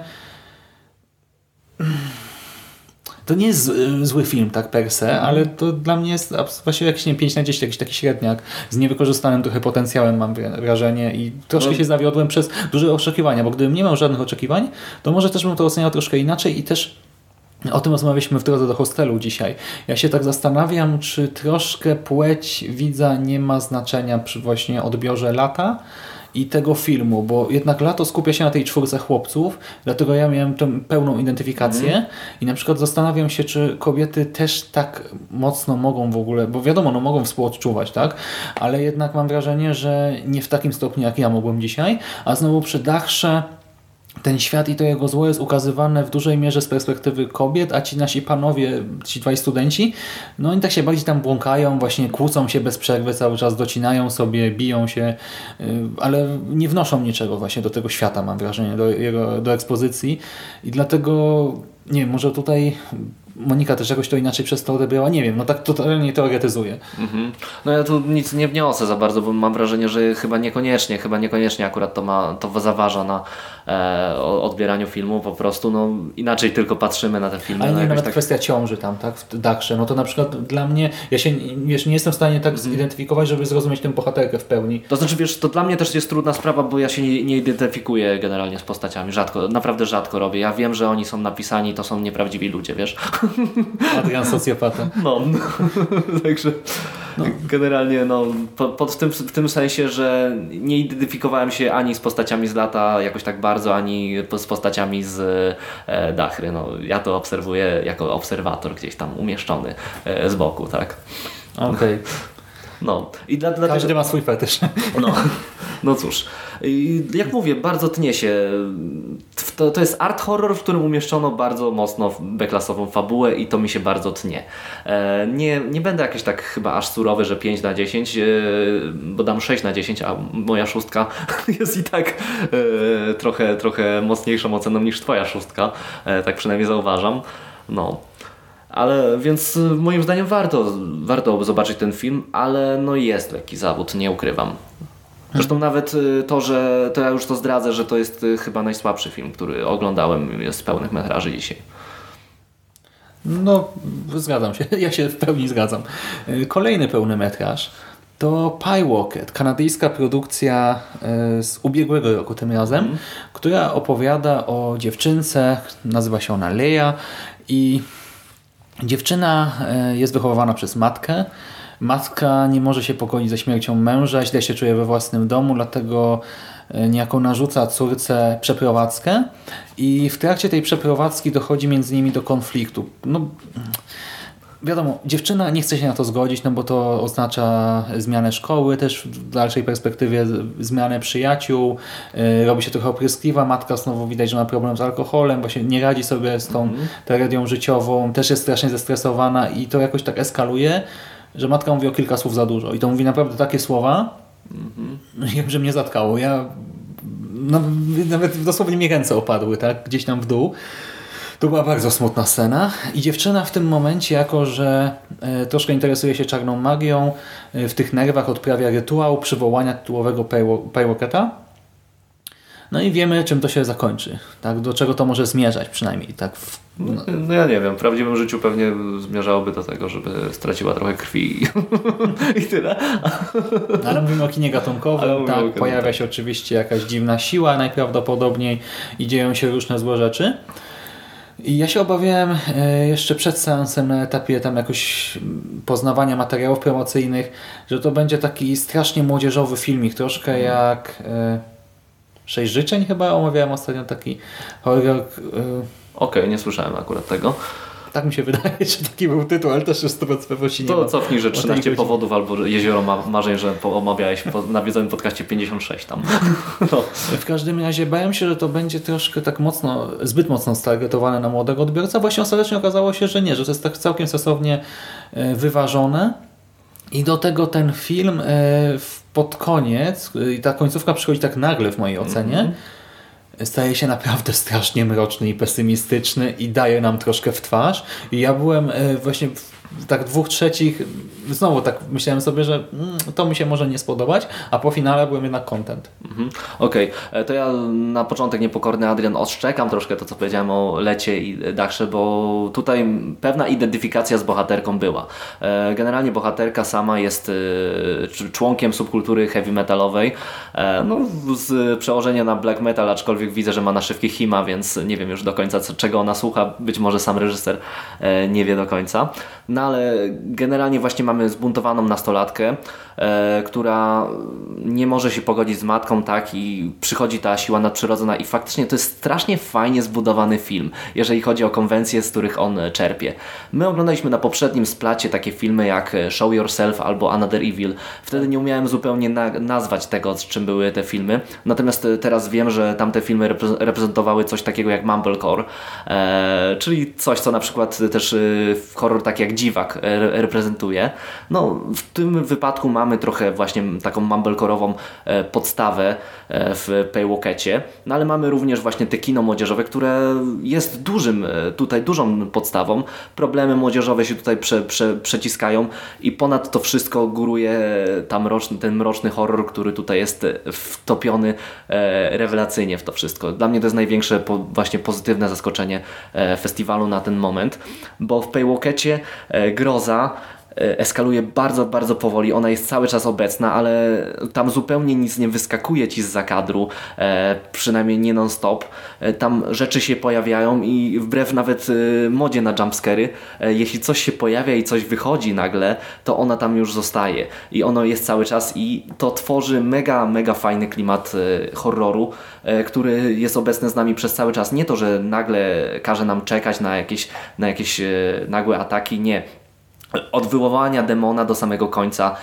to nie jest zły film tak per se, ale to dla mnie jest właściwie jakiś 5 na 10, jakiś taki średniak z niewykorzystanym trochę potencjałem, mam wrażenie, i troszkę się zawiodłem przez duże oczekiwania, bo gdybym nie miał żadnych oczekiwań, to może też bym to oceniał troszkę inaczej i też o tym rozmawialiśmy w drodze do hostelu dzisiaj. Ja się tak zastanawiam, czy troszkę płeć widza nie ma znaczenia przy właśnie odbiorze Lata i tego filmu, bo jednak Lato skupia się na tej czwórce chłopców, dlatego ja miałem tę pełną identyfikację i na przykład zastanawiam się, czy kobiety też tak mocno mogą w ogóle, bo wiadomo, no mogą współodczuwać, tak? Ale jednak mam wrażenie, że nie w takim stopniu, jak ja mogłem dzisiaj, a znowu przy Dachrze ten świat i to jego zło jest ukazywane w dużej mierze z perspektywy kobiet, a ci nasi panowie, ci dwaj studenci, no oni tak się bardziej tam błąkają, właśnie kłócą się bez przerwy cały czas, docinają sobie, biją się, ale nie wnoszą niczego właśnie do tego świata, mam wrażenie, do ekspozycji i dlatego, nie wiem, może tutaj Monika też jakoś to inaczej przez to odebrała, nie wiem, no tak totalnie teoretyzuję. No ja tu nic nie wniosę za bardzo, bo mam wrażenie, że chyba niekoniecznie akurat to zaważa na odbieraniu filmu, po prostu no inaczej tylko patrzymy na te filmy. Ale no, nie, nawet tak... kwestia ciąży tam, tak, w Dachrze, no to na przykład dla mnie, ja się, wiesz, nie jestem w stanie tak zidentyfikować, żeby zrozumieć tę bohaterkę w pełni. To znaczy, wiesz, to dla mnie też jest trudna sprawa, bo ja się nie identyfikuję generalnie z postaciami, naprawdę rzadko robię. Ja wiem, że oni są napisani, to są nieprawdziwi ludzie, wiesz. Adrian socjopata. No, także generalnie no, w tym sensie, że nie identyfikowałem się ani z postaciami z Lata jakoś tak bardzo, ani z postaciami z Dachry. No, ja to obserwuję jako obserwator gdzieś tam umieszczony z boku, tak. Okej. No. I Każdy ma swój fetysz. No cóż, jak mówię, bardzo tnie się. To jest art horror, w którym umieszczono bardzo mocno beklasową fabułę i to mi się bardzo tnie. Nie będę jakiś tak chyba aż surowy, że 5 na 10, bo dam 6 na 10, a moja szóstka jest i tak trochę mocniejszą oceną niż twoja szóstka, tak przynajmniej zauważam. No. Ale więc moim zdaniem warto zobaczyć ten film, ale no jest lekki zawód, nie ukrywam. Zresztą nawet to ja już to zdradzę, że to jest chyba najsłabszy film, który oglądałem z pełnych metraży dzisiaj. No, zgadzam się. Ja się w pełni zgadzam. Kolejny pełny metraż to Pyewacket, kanadyjska produkcja z ubiegłego roku tym razem, która opowiada o dziewczynce, nazywa się ona Leia i dziewczyna jest wychowywana przez matkę. Matka nie może się pogodzić ze śmiercią męża, źle się czuje we własnym domu, dlatego niejako narzuca córce przeprowadzkę i w trakcie tej przeprowadzki dochodzi między nimi do konfliktu. No, wiadomo, dziewczyna nie chce się na to zgodzić, no bo to oznacza zmianę szkoły, też w dalszej perspektywie zmianę przyjaciół, robi się trochę opryskliwa, matka znowu widać, że ma problem z alkoholem, bo się nie radzi sobie z tą tragedią życiową, też jest strasznie zestresowana i to jakoś tak eskaluje, że matka mówi o kilka słów za dużo i to mówi naprawdę takie słowa, że mnie zatkało. Nawet dosłownie mi ręce opadły, tak? Gdzieś tam w dół. To była bardzo smutna scena i dziewczyna w tym momencie, jako że troszkę interesuje się czarną magią, w tych nerwach odprawia rytuał przywołania tytułowego Pyewacketa. No i wiemy, czym to się zakończy. Tak? Do czego to może zmierzać przynajmniej. Tak No ja nie wiem, w prawdziwym życiu pewnie zmierzałoby do tego, żeby straciła trochę krwi i tyle. Ale mówimy o kinie gatunkowym, tak, pojawia się oczywiście jakaś dziwna siła najprawdopodobniej i dzieją się różne złe rzeczy. I ja się obawiałem jeszcze przed seansem na etapie tam jakoś poznawania materiałów promocyjnych, że to będzie taki strasznie młodzieżowy filmik, troszkę jak 6 życzeń chyba, omawiałem ostatnio taki horror. Okej, nie słyszałem akurat tego. Tak mi się wydaje, że taki był tytuł, ale też już 100% pewności nie To mam. cofnij, że 13 powodów albo Jezioro Marzeń, że omawiałeś po nawiedzonym podcaście 56 tam. No. W każdym razie bałem się, że to będzie troszkę tak mocno, zbyt mocno stargetowane na młodego odbiorcę. Właśnie ostatecznie okazało się, że nie, że to jest tak całkiem sensownie wyważone. I do tego ten film pod koniec, i ta końcówka przychodzi tak nagle w mojej ocenie, staje się naprawdę strasznie mroczny i pesymistyczny i daje nam troszkę w twarz. I ja byłem właśnie tak 2/3, znowu tak myślałem sobie, że to mi się może nie spodobać, a po finale byłem jednak content. Okej, to ja na początek niepokorny Adrian odszczekam troszkę to, co powiedziałem o Lecie i Dachsze, bo tutaj pewna identyfikacja z bohaterką była. Generalnie bohaterka sama jest członkiem subkultury heavy metalowej, no z przełożenia na black metal, aczkolwiek widzę, że ma naszywki Hima, więc nie wiem już do końca czego ona słucha, być może sam reżyser nie wie do końca. No ale generalnie właśnie mamy zbuntowaną nastolatkę, która nie może się pogodzić z matką, tak, i przychodzi ta siła nadprzyrodzona i faktycznie to jest strasznie fajnie zbudowany film, jeżeli chodzi o konwencje, z których on czerpie. My oglądaliśmy na poprzednim splacie takie filmy jak Show Yourself albo Another Evil. Wtedy nie umiałem zupełnie nazwać tego, z czym były te filmy, natomiast teraz wiem, że tamte filmy reprezentowały coś takiego jak mumblecore, czyli coś, co na przykład też horror tak jak Dziwak reprezentuje. No, w tym wypadku mamy trochę właśnie taką mumblecore'ową podstawę w Paywalkecie, no ale mamy również właśnie te kino młodzieżowe, które jest dużą podstawą. Problemy młodzieżowe się tutaj przeciskają i ponad to wszystko góruje ten mroczny horror, który tutaj jest wtopiony rewelacyjnie w to wszystko. Dla mnie to jest największe właśnie pozytywne zaskoczenie festiwalu na ten moment, bo w Paywalkecie groza eskaluje bardzo, bardzo powoli. Ona jest cały czas obecna, ale tam zupełnie nic nie wyskakuje ci zza kadru, przynajmniej nie non-stop. Tam rzeczy się pojawiają i wbrew nawet modzie na jumpscary, jeśli coś się pojawia i coś wychodzi nagle, to ona tam już zostaje. I ono jest cały czas i to tworzy mega, mega fajny klimat horroru, który jest obecny z nami przez cały czas. Nie to, że nagle każe nam czekać na jakieś nagłe ataki, nie. Od wywołania demona do samego końca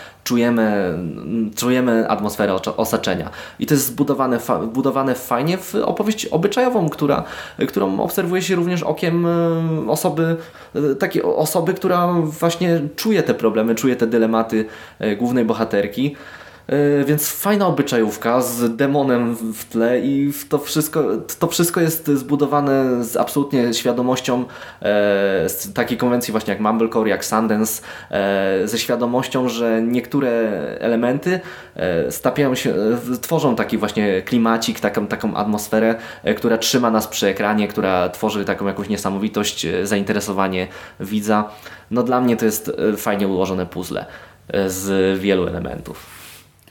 czujemy atmosferę osaczenia. I to jest zbudowane fajnie w opowieść obyczajową, którą obserwuje się również okiem takiej osoby, która właśnie czuje te problemy, czuje te dylematy głównej bohaterki. Więc fajna obyczajówka z demonem w tle i to wszystko jest zbudowane z absolutnie świadomością z takiej konwencji właśnie jak mumblecore, jak Sundance, ze świadomością, że niektóre elementy tworzą taki właśnie klimacik, taką atmosferę, która trzyma nas przy ekranie, która tworzy taką jakąś niesamowitość, zainteresowanie widza. No dla mnie to jest fajnie ułożone puzzle z wielu elementów.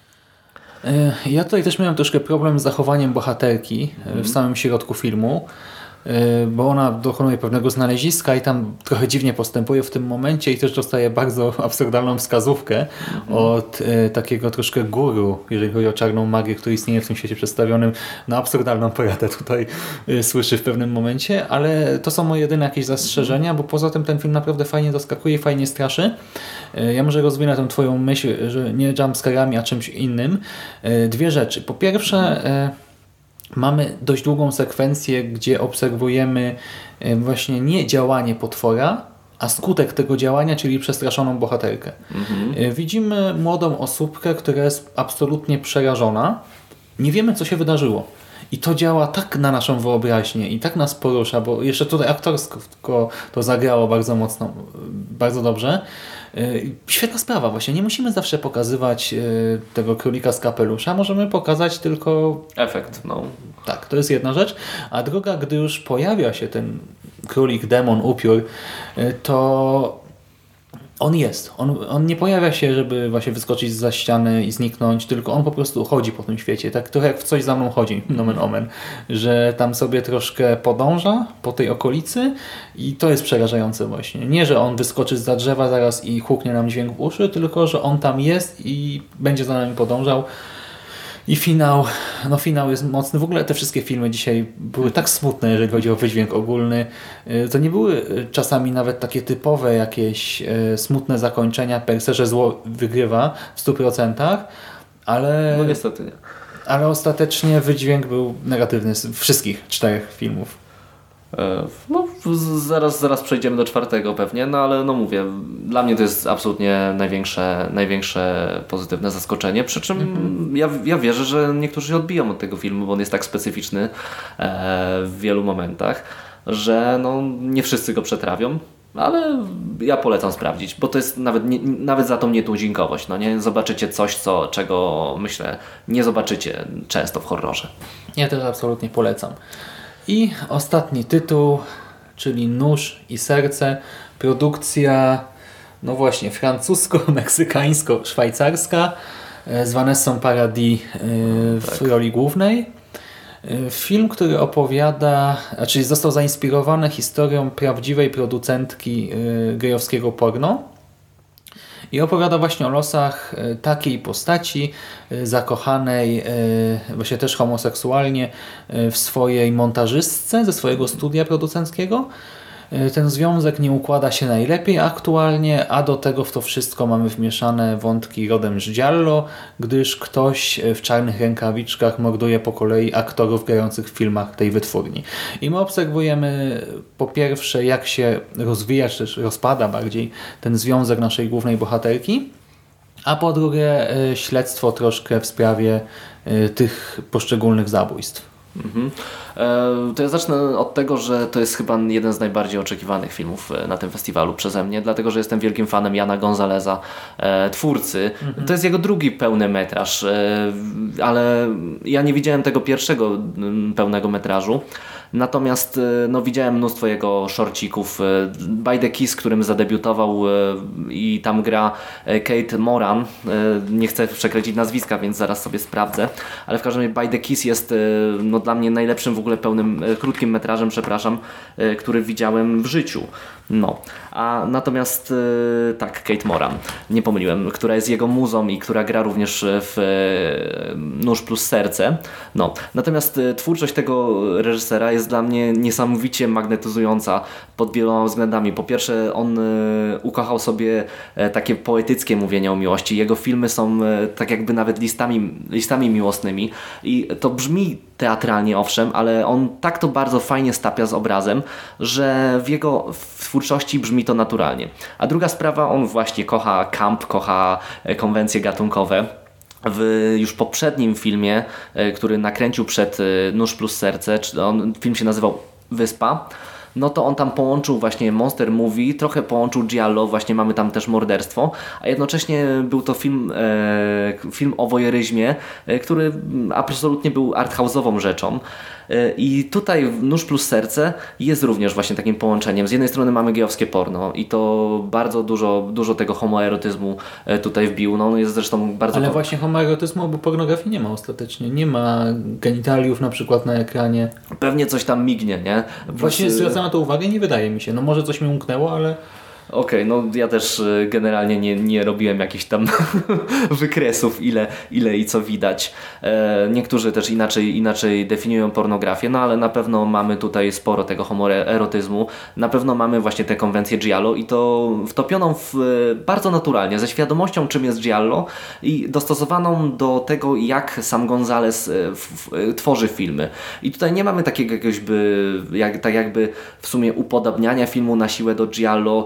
Ja tutaj też miałem troszkę problem z zachowaniem bohaterki w samym środku filmu, bo ona dokonuje pewnego znaleziska i tam trochę dziwnie postępuje w tym momencie i też dostaje bardzo absurdalną wskazówkę od takiego troszkę guru, jeżeli chodzi o czarną magię, który istnieje w tym świecie przedstawionym. No absurdalną poradę tutaj słyszy w pewnym momencie, ale to są moje jedyne jakieś zastrzeżenia, bo poza tym ten film naprawdę fajnie zaskakuje i fajnie straszy. Ja może rozwinę tę twoją myśl, że nie jumpscarami, a czymś innym. Dwie rzeczy. Po pierwsze, mamy dość długą sekwencję, gdzie obserwujemy właśnie nie działanie potwora, a skutek tego działania, czyli przestraszoną bohaterkę. Widzimy młodą osóbkę, która jest absolutnie przerażona. Nie wiemy, co się wydarzyło. I to działa tak na naszą wyobraźnię i tak nas porusza, bo jeszcze tutaj aktorsko to zagrało bardzo mocno, bardzo dobrze, Świetna sprawa właśnie. Nie musimy zawsze pokazywać tego królika z kapelusza. Możemy pokazać tylko... Efekt, no. Tak, to jest jedna rzecz. A druga, gdy już pojawia się ten królik, demon, upiór, to on jest. On nie pojawia się, żeby właśnie wyskoczyć zza ściany i zniknąć, tylko on po prostu chodzi po tym świecie. Tak trochę jak w Coś za mną chodzi, nomen omen, że tam sobie troszkę podąża po tej okolicy i to jest przerażające właśnie. Nie, że on wyskoczy zza drzewa zaraz i huknie nam dźwięk w uszy, tylko że on tam jest i będzie za nami podążał. I finał jest mocny. W ogóle te wszystkie filmy dzisiaj były tak smutne, jeżeli chodzi o wydźwięk ogólny. To nie były czasami nawet takie typowe jakieś smutne zakończenia per se, że zło wygrywa w 100%, ale... No niestety nie. Ale ostatecznie wydźwięk był negatywny z wszystkich 4 filmów. No, zaraz przejdziemy do 4 pewnie, no ale no mówię, dla mnie to jest absolutnie największe pozytywne zaskoczenie, przy czym ja wierzę, że niektórzy się odbiją od tego filmu, bo on jest tak specyficzny w wielu momentach, że no, nie wszyscy go przetrawią. Ale ja polecam sprawdzić, bo to jest nawet za tą nietuzinkowość. No nie zobaczycie coś, czego myślę nie zobaczycie często w horrorze. Ja też absolutnie polecam. I ostatni tytuł, czyli Nóż i serce. Produkcja, no właśnie, francusko-meksykańsko-szwajcarska z Vanessą Paradis w roli głównej. Film, który opowiada, czyli został zainspirowany historią prawdziwej producentki gejowskiego porno i opowiada właśnie o losach takiej postaci zakochanej właśnie też homoseksualnie w swojej montażystce ze swojego studia producenckiego. Ten związek nie układa się najlepiej aktualnie, a do tego w to wszystko mamy wmieszane wątki rodem z giallo, gdyż ktoś w czarnych rękawiczkach morduje po kolei aktorów grających w filmach tej wytwórni. I my obserwujemy po pierwsze, jak się rozwija, czy też rozpada bardziej ten związek naszej głównej bohaterki, a po drugie śledztwo troszkę w sprawie tych poszczególnych zabójstw. To ja zacznę od tego, że to jest chyba jeden z najbardziej oczekiwanych filmów na tym festiwalu przeze mnie, dlatego że jestem wielkim fanem Jana Gonzaleza, twórcy. To jest jego drugi pełny metraż, ale ja nie widziałem tego pierwszego pełnego metrażu. Natomiast no, widziałem mnóstwo jego shortcików. By the Kiss, którym zadebiutował i tam gra Kate Moran. Nie chcę przekręcić nazwiska, więc zaraz sobie sprawdzę. Ale w każdym razie By the Kiss jest no, dla mnie najlepszym w ogóle krótkim metrażem, który widziałem w życiu. No. A natomiast tak, Kate Moran, nie pomyliłem, która jest jego muzą i która gra również w Nóż plus serce. No. Natomiast twórczość tego reżysera jest dla mnie niesamowicie magnetyzująca pod wieloma względami. Po pierwsze, on ukochał sobie takie poetyckie mówienie o miłości. Jego filmy są tak jakby nawet listami miłosnymi i to brzmi teatralnie owszem, ale on tak to bardzo fajnie stapia z obrazem, że w jego twórczości brzmi to naturalnie. A druga sprawa, on właśnie kocha camp, kocha konwencje gatunkowe. W już poprzednim filmie, który nakręcił przed Nóż plus serce, film się nazywał Wyspa, no to on tam połączył właśnie monster movie, trochę połączył giallo, właśnie mamy tam też morderstwo, a jednocześnie był to film o wojeryzmie, który absolutnie był arthouse'ową rzeczą. I tutaj Nóż plus serce jest również właśnie takim połączeniem. Z jednej strony mamy gejowskie porno i to bardzo dużo tego homoerotyzmu tutaj wbił. No, on jest zresztą bardzo... Ale właśnie homoerotyzmu albo pornografii nie ma ostatecznie. Nie ma genitaliów na przykład na ekranie. Pewnie coś tam mignie, nie? Właśnie zwracam na to uwagę, nie wydaje mi się. No może coś mi umknęło, ale... Okej, no ja też generalnie nie robiłem jakichś tam wykresów, ile i co widać. Niektórzy też inaczej definiują pornografię, no ale na pewno mamy tutaj sporo tego homoerotyzmu. Na pewno mamy właśnie tę konwencję giallo i to wtopioną bardzo naturalnie, ze świadomością czym jest giallo i dostosowaną do tego, jak sam Gonzalez tworzy filmy. I tutaj nie mamy takiego tak jakby w sumie upodabniania filmu na siłę do giallo,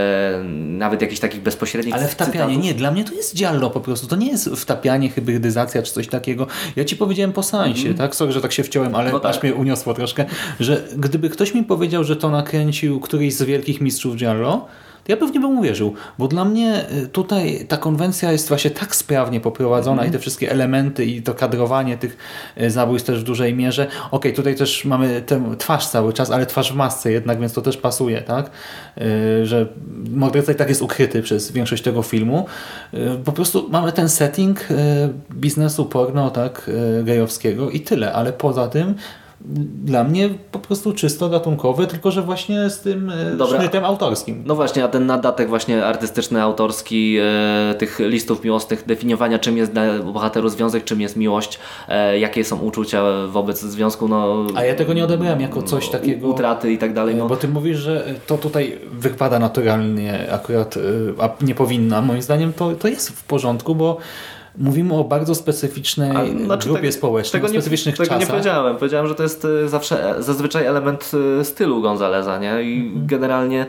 nawet jakichś takich bezpośrednich ale wtapianie, cytatów. nie, dla mnie to jest giallo po prostu, to nie jest wtapianie, hybrydyzacja czy coś takiego. Ja Ci powiedziałem po seansie, tak? Sorry, że tak się wciąłem, ale no tak. Aż mnie uniosło troszkę, że gdyby ktoś mi powiedział, że to nakręcił któryś z wielkich mistrzów giallo, to ja pewnie bym uwierzył, bo dla mnie tutaj ta konwencja jest właśnie tak sprawnie poprowadzona i te wszystkie elementy i to kadrowanie tych zabójstw też w dużej mierze. Okej, tutaj też mamy tę twarz cały czas, ale twarz w masce jednak, więc to też pasuje, tak? Że morderca i tak jest ukryty przez większość tego filmu. Po prostu mamy ten setting biznesu porno, tak, gejowskiego i tyle, ale poza tym dla mnie po prostu czysto gatunkowy, tylko że właśnie z tym sznytem autorskim. No właśnie, a ten nadatek właśnie artystyczny, autorski tych listów miłosnych, definiowania czym jest dla bohaterów związek, czym jest miłość, jakie są uczucia wobec związku. No, a ja tego nie odebrałem jako coś takiego... Utraty i tak dalej. No. Bo ty mówisz, że to tutaj wypada naturalnie akurat, a nie powinna. Moim zdaniem to jest w porządku, bo mówimy o bardzo specyficznej grupie społecznej, o specyficznych czasach. Tego nie powiedziałem. Powiedziałem, że to jest zazwyczaj element stylu Gonzaleza, nie? I generalnie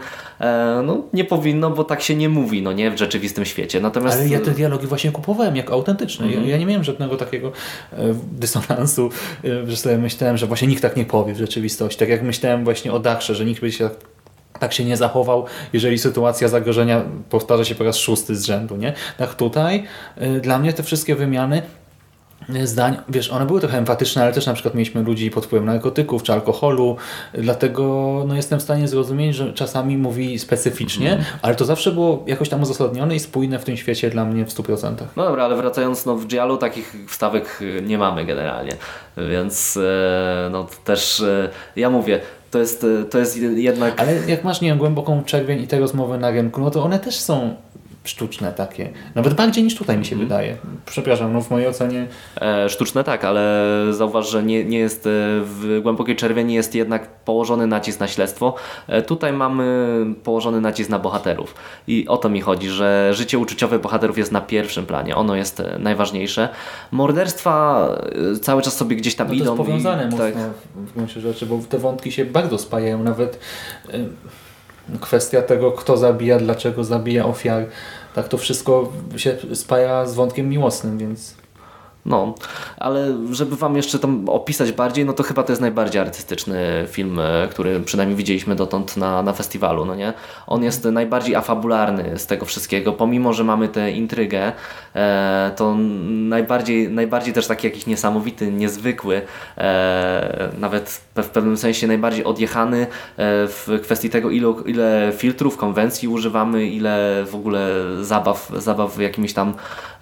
nie powinno, bo tak się nie mówi, no nie? W rzeczywistym świecie. Natomiast... Ale ja te dialogi właśnie kupowałem jako autentyczne. Ja nie miałem żadnego takiego dysonansu, że sobie myślałem, że właśnie nikt tak nie powie w rzeczywistości. Tak jak myślałem właśnie o Dakrze, że nikt by się tak się nie zachował, jeżeli sytuacja zagrożenia powtarza się po raz 6 z rzędu, nie? Tak tutaj dla mnie te wszystkie wymiany zdań, wiesz, one były trochę empatyczne, ale też na przykład mieliśmy ludzi pod wpływem narkotyków czy alkoholu, dlatego jestem w stanie zrozumieć, że czasami mówi specyficznie, ale to zawsze było jakoś tam uzasadnione i spójne w tym świecie dla mnie w 100%. No dobra, ale wracając, w Giallo takich wstawek nie mamy generalnie, więc też ja mówię, to jest jednak... Ale jak masz, nie wiem, głęboką czerwień i te rozmowy na rynku, no to one też są sztuczne takie. Nawet bardziej niż tutaj mi się wydaje. Przepraszam, w mojej ocenie... Sztuczne tak, ale zauważ, że nie jest w głębokiej czerwieni jest jednak położony nacisk na śledztwo. Tutaj mamy położony nacisk na bohaterów. I o to mi chodzi, że życie uczuciowe bohaterów jest na pierwszym planie. Ono jest najważniejsze. Morderstwa cały czas sobie gdzieś tam idą. To jest powiązane mocno tak. w gruncie rzeczy, bo te wątki się bardzo spajają. Nawet kwestia tego, kto zabija, dlaczego zabija ofiar. Tak, to wszystko się spaja z wątkiem miłosnym, więc... No, ale żeby Wam jeszcze tam opisać bardziej, no to chyba to jest najbardziej artystyczny film, który przynajmniej widzieliśmy dotąd na festiwalu, no nie? On jest najbardziej afabularny z tego wszystkiego, pomimo, że mamy tę intrygę, to najbardziej też taki jakiś niesamowity, niezwykły, nawet w pewnym sensie najbardziej odjechany w kwestii tego, ile filtrów, konwencji używamy, ile w ogóle zabaw jakimiś tam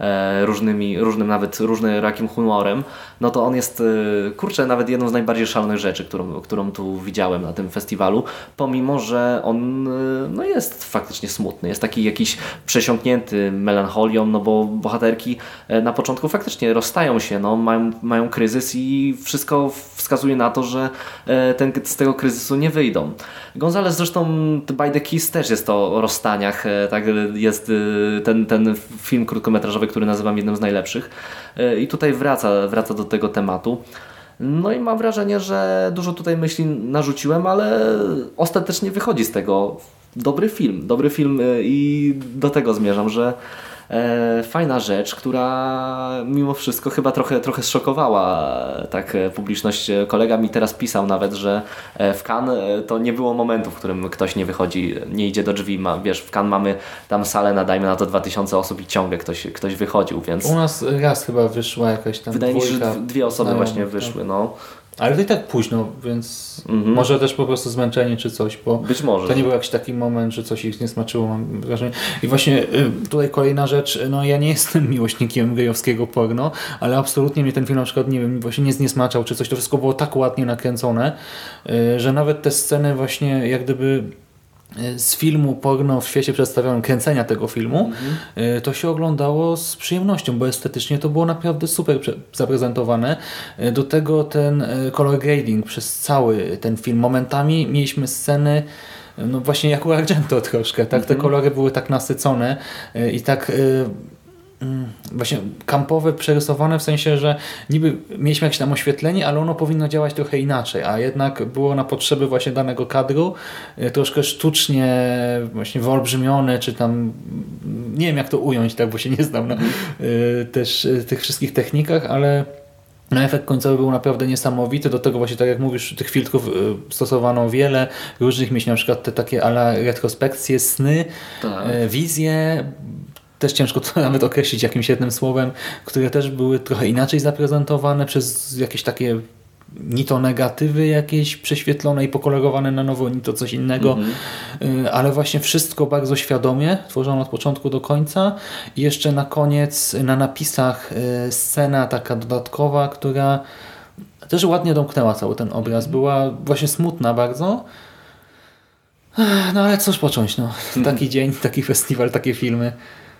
różnym rakim humorem, no to on jest, nawet jedną z najbardziej szalonych rzeczy, którą tu widziałem na tym festiwalu, pomimo, że on jest faktycznie smutny, jest taki jakiś przesiąknięty melancholią, no bo bohaterki na początku faktycznie rozstają się, no, mają kryzys i wszystko wskazuje na to, że z tego kryzysu nie wyjdą. Gonzalez zresztą By the Kiss też jest to o rozstaniach, tak, jest ten film krótkometrażowy, który nazywam jednym z najlepszych i tutaj wraca do tego tematu. No i mam wrażenie, że dużo tutaj myśli narzuciłem, ale ostatecznie wychodzi z tego dobry film i do tego zmierzam, że fajna rzecz, która mimo wszystko chyba trochę zszokowała tak publiczność. Kolega mi teraz pisał nawet, że w Cannes to nie było momentu, w którym ktoś nie wychodzi, nie idzie do drzwi. W Cannes mamy tam salę na, dajmy na to 2000 osób i ciągle ktoś wychodził, więc... U nas raz chyba wyszła jakaś tam wydaje mi się, że dwójka 2 osoby właśnie wyszły, no. Ale to i tak późno, więc może też po prostu zmęczenie czy coś, bo być może. To nie był jakiś taki moment, że coś ich nie smaczyło, mam wrażenie. I właśnie tutaj kolejna rzecz, no ja nie jestem miłośnikiem gejowskiego porno, ale absolutnie mnie ten film na przykład, nie wiem, właśnie nie smaczał czy coś, to wszystko było tak ładnie nakręcone, że nawet te sceny właśnie jak gdyby z filmu porno w świecie przedstawionym, kręcenia tego filmu, to się oglądało z przyjemnością, bo estetycznie to było naprawdę super zaprezentowane. Do tego ten color grading przez cały ten film. Momentami mieliśmy sceny no właśnie jak u Argento troszkę, tak? Te kolory były tak nasycone i tak właśnie kampowe, przerysowane w sensie, że niby mieliśmy jakieś tam oświetlenie, ale ono powinno działać trochę inaczej, a jednak było na potrzeby właśnie danego kadru troszkę sztucznie właśnie wyolbrzymione, czy tam nie wiem jak to ująć, tak, bo się nie znam na też tych wszystkich technikach, ale No, efekt końcowy był naprawdę niesamowity, do tego właśnie tak jak mówisz, tych filtrów stosowano wiele różnych, mieć na przykład te takie ala retrospekcje, sny, wizje, też ciężko to nawet określić jakimś jednym słowem, które też były trochę inaczej zaprezentowane przez jakieś takie ni to negatywy jakieś prześwietlone i pokolorowane na nowo, ni to coś innego, ale właśnie wszystko bardzo świadomie tworzono od początku do końca i jeszcze na koniec na napisach scena taka dodatkowa, która też ładnie domknęła cały ten obraz. Była właśnie smutna bardzo. No ale cóż począć, no. Taki dzień, taki festiwal, takie filmy.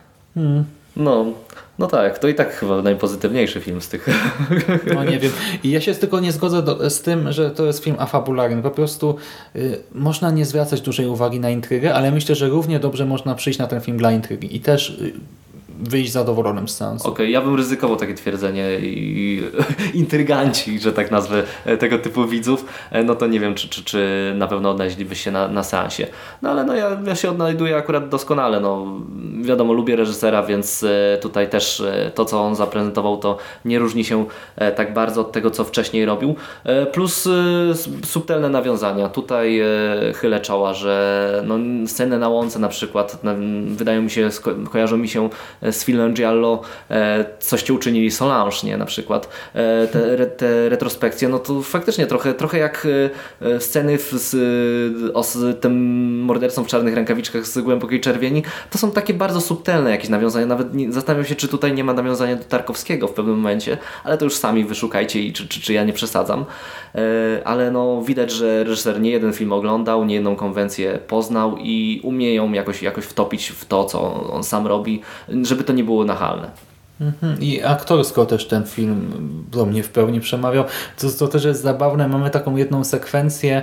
No tak, to i tak chyba najpozytywniejszy film z tych. No nie wiem. I ja się tylko nie zgodzę z tym, że to jest film afabularny. Po prostu można nie zwracać dużej uwagi na intrygę, ale myślę, że równie dobrze można przyjść na ten film dla intrygi i też wyjść zadowolonym z seansu. Okej, ja bym ryzykował takie twierdzenie i intryganci, że tak nazwę tego typu widzów, no to nie wiem, czy na pewno odnaleźliby się na seansie. No ale no ja się odnajduję akurat doskonale. No, wiadomo, lubię reżysera, więc tutaj też to, co on zaprezentował, to nie różni się tak bardzo od tego, co wcześniej robił. Plus subtelne nawiązania. Tutaj chylę czoła, że no, sceny na łące na przykład wydają mi się, kojarzą mi się z filmem Giallo, coście uczynili Solange, nie? Na przykład te retrospekcje, no to faktycznie trochę jak sceny z tym mordercą w czarnych rękawiczkach z głębokiej czerwieni, to są takie bardzo subtelne jakieś nawiązania, nawet zastanawiam się, czy tutaj nie ma nawiązania do Tarkowskiego w pewnym momencie, ale to już sami wyszukajcie i czy ja nie przesadzam, ale no widać, że reżyser nie jeden film oglądał, nie jedną konwencję poznał i umie ją jakoś wtopić w to, co on sam robi, żeby to nie było nachalne. I aktorsko też ten film do mnie w pełni przemawiał. To też jest zabawne. Mamy taką jedną sekwencję,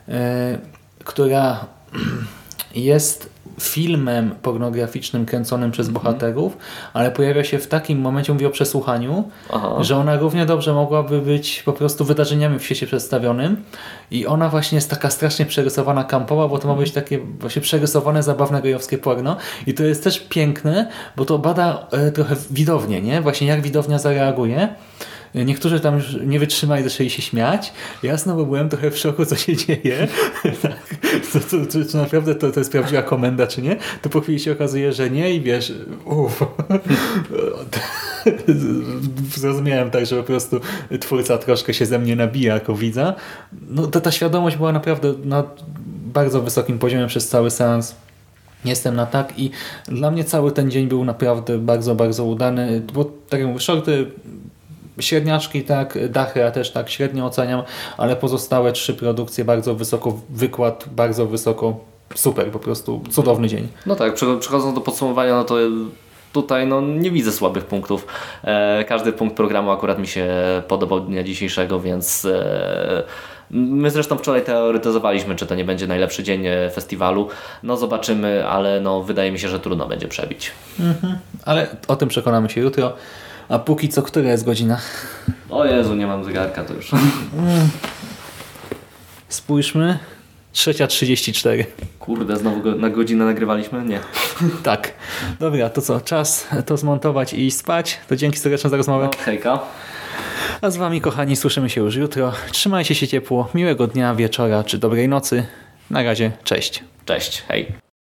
która jest filmem pornograficznym kręconym przez bohaterów, ale pojawia się w takim momencie, mówię o przesłuchaniu, że ona równie dobrze mogłaby być po prostu wydarzeniami w świecie przedstawionym i ona właśnie jest taka strasznie przerysowana, kampowa, bo to ma być takie właśnie przerysowane, zabawne gejowskie porno i to jest też piękne, bo to bada trochę widownię, nie? Właśnie jak widownia zareaguje. Niektórzy tam już nie wytrzymali, zaczęli się śmiać. Ja znowu byłem trochę w szoku, co się dzieje. Tak. Czy naprawdę to jest prawdziwa komenda, czy nie? To po chwili się okazuje, że nie i wiesz, zrozumiałem tak, że po prostu twórca troszkę się ze mnie nabija jako widza. No ta świadomość była naprawdę na bardzo wysokim poziomie przez cały seans. Jestem na tak i dla mnie cały ten dzień był naprawdę bardzo, bardzo udany, bo tak jak mówię, shorty średniaczki, tak, Dachy ja też tak średnio oceniam, ale pozostałe 3 produkcje bardzo wysoko, wykład bardzo wysoko, super, po prostu cudowny dzień. No tak, przechodząc do podsumowania, no to tutaj no, nie widzę słabych punktów. Każdy punkt programu akurat mi się podobał dnia dzisiejszego, więc my zresztą wczoraj teoretyzowaliśmy, czy to nie będzie najlepszy dzień festiwalu. No zobaczymy, ale no, wydaje mi się, że trudno będzie przebić. Ale o tym przekonamy się jutro. A póki co, która jest godzina? O Jezu, nie mam zegarka to już. Spójrzmy. 3:34. Kurde, znowu na godzinę nagrywaliśmy? Nie. Tak. Dobra, to co? Czas to zmontować i spać. To dzięki serdecznie za rozmowę. No, hejka. A z Wami, kochani, słyszymy się już jutro. Trzymajcie się ciepło. Miłego dnia, wieczora czy dobrej nocy. Na razie. Cześć. Cześć. Hej.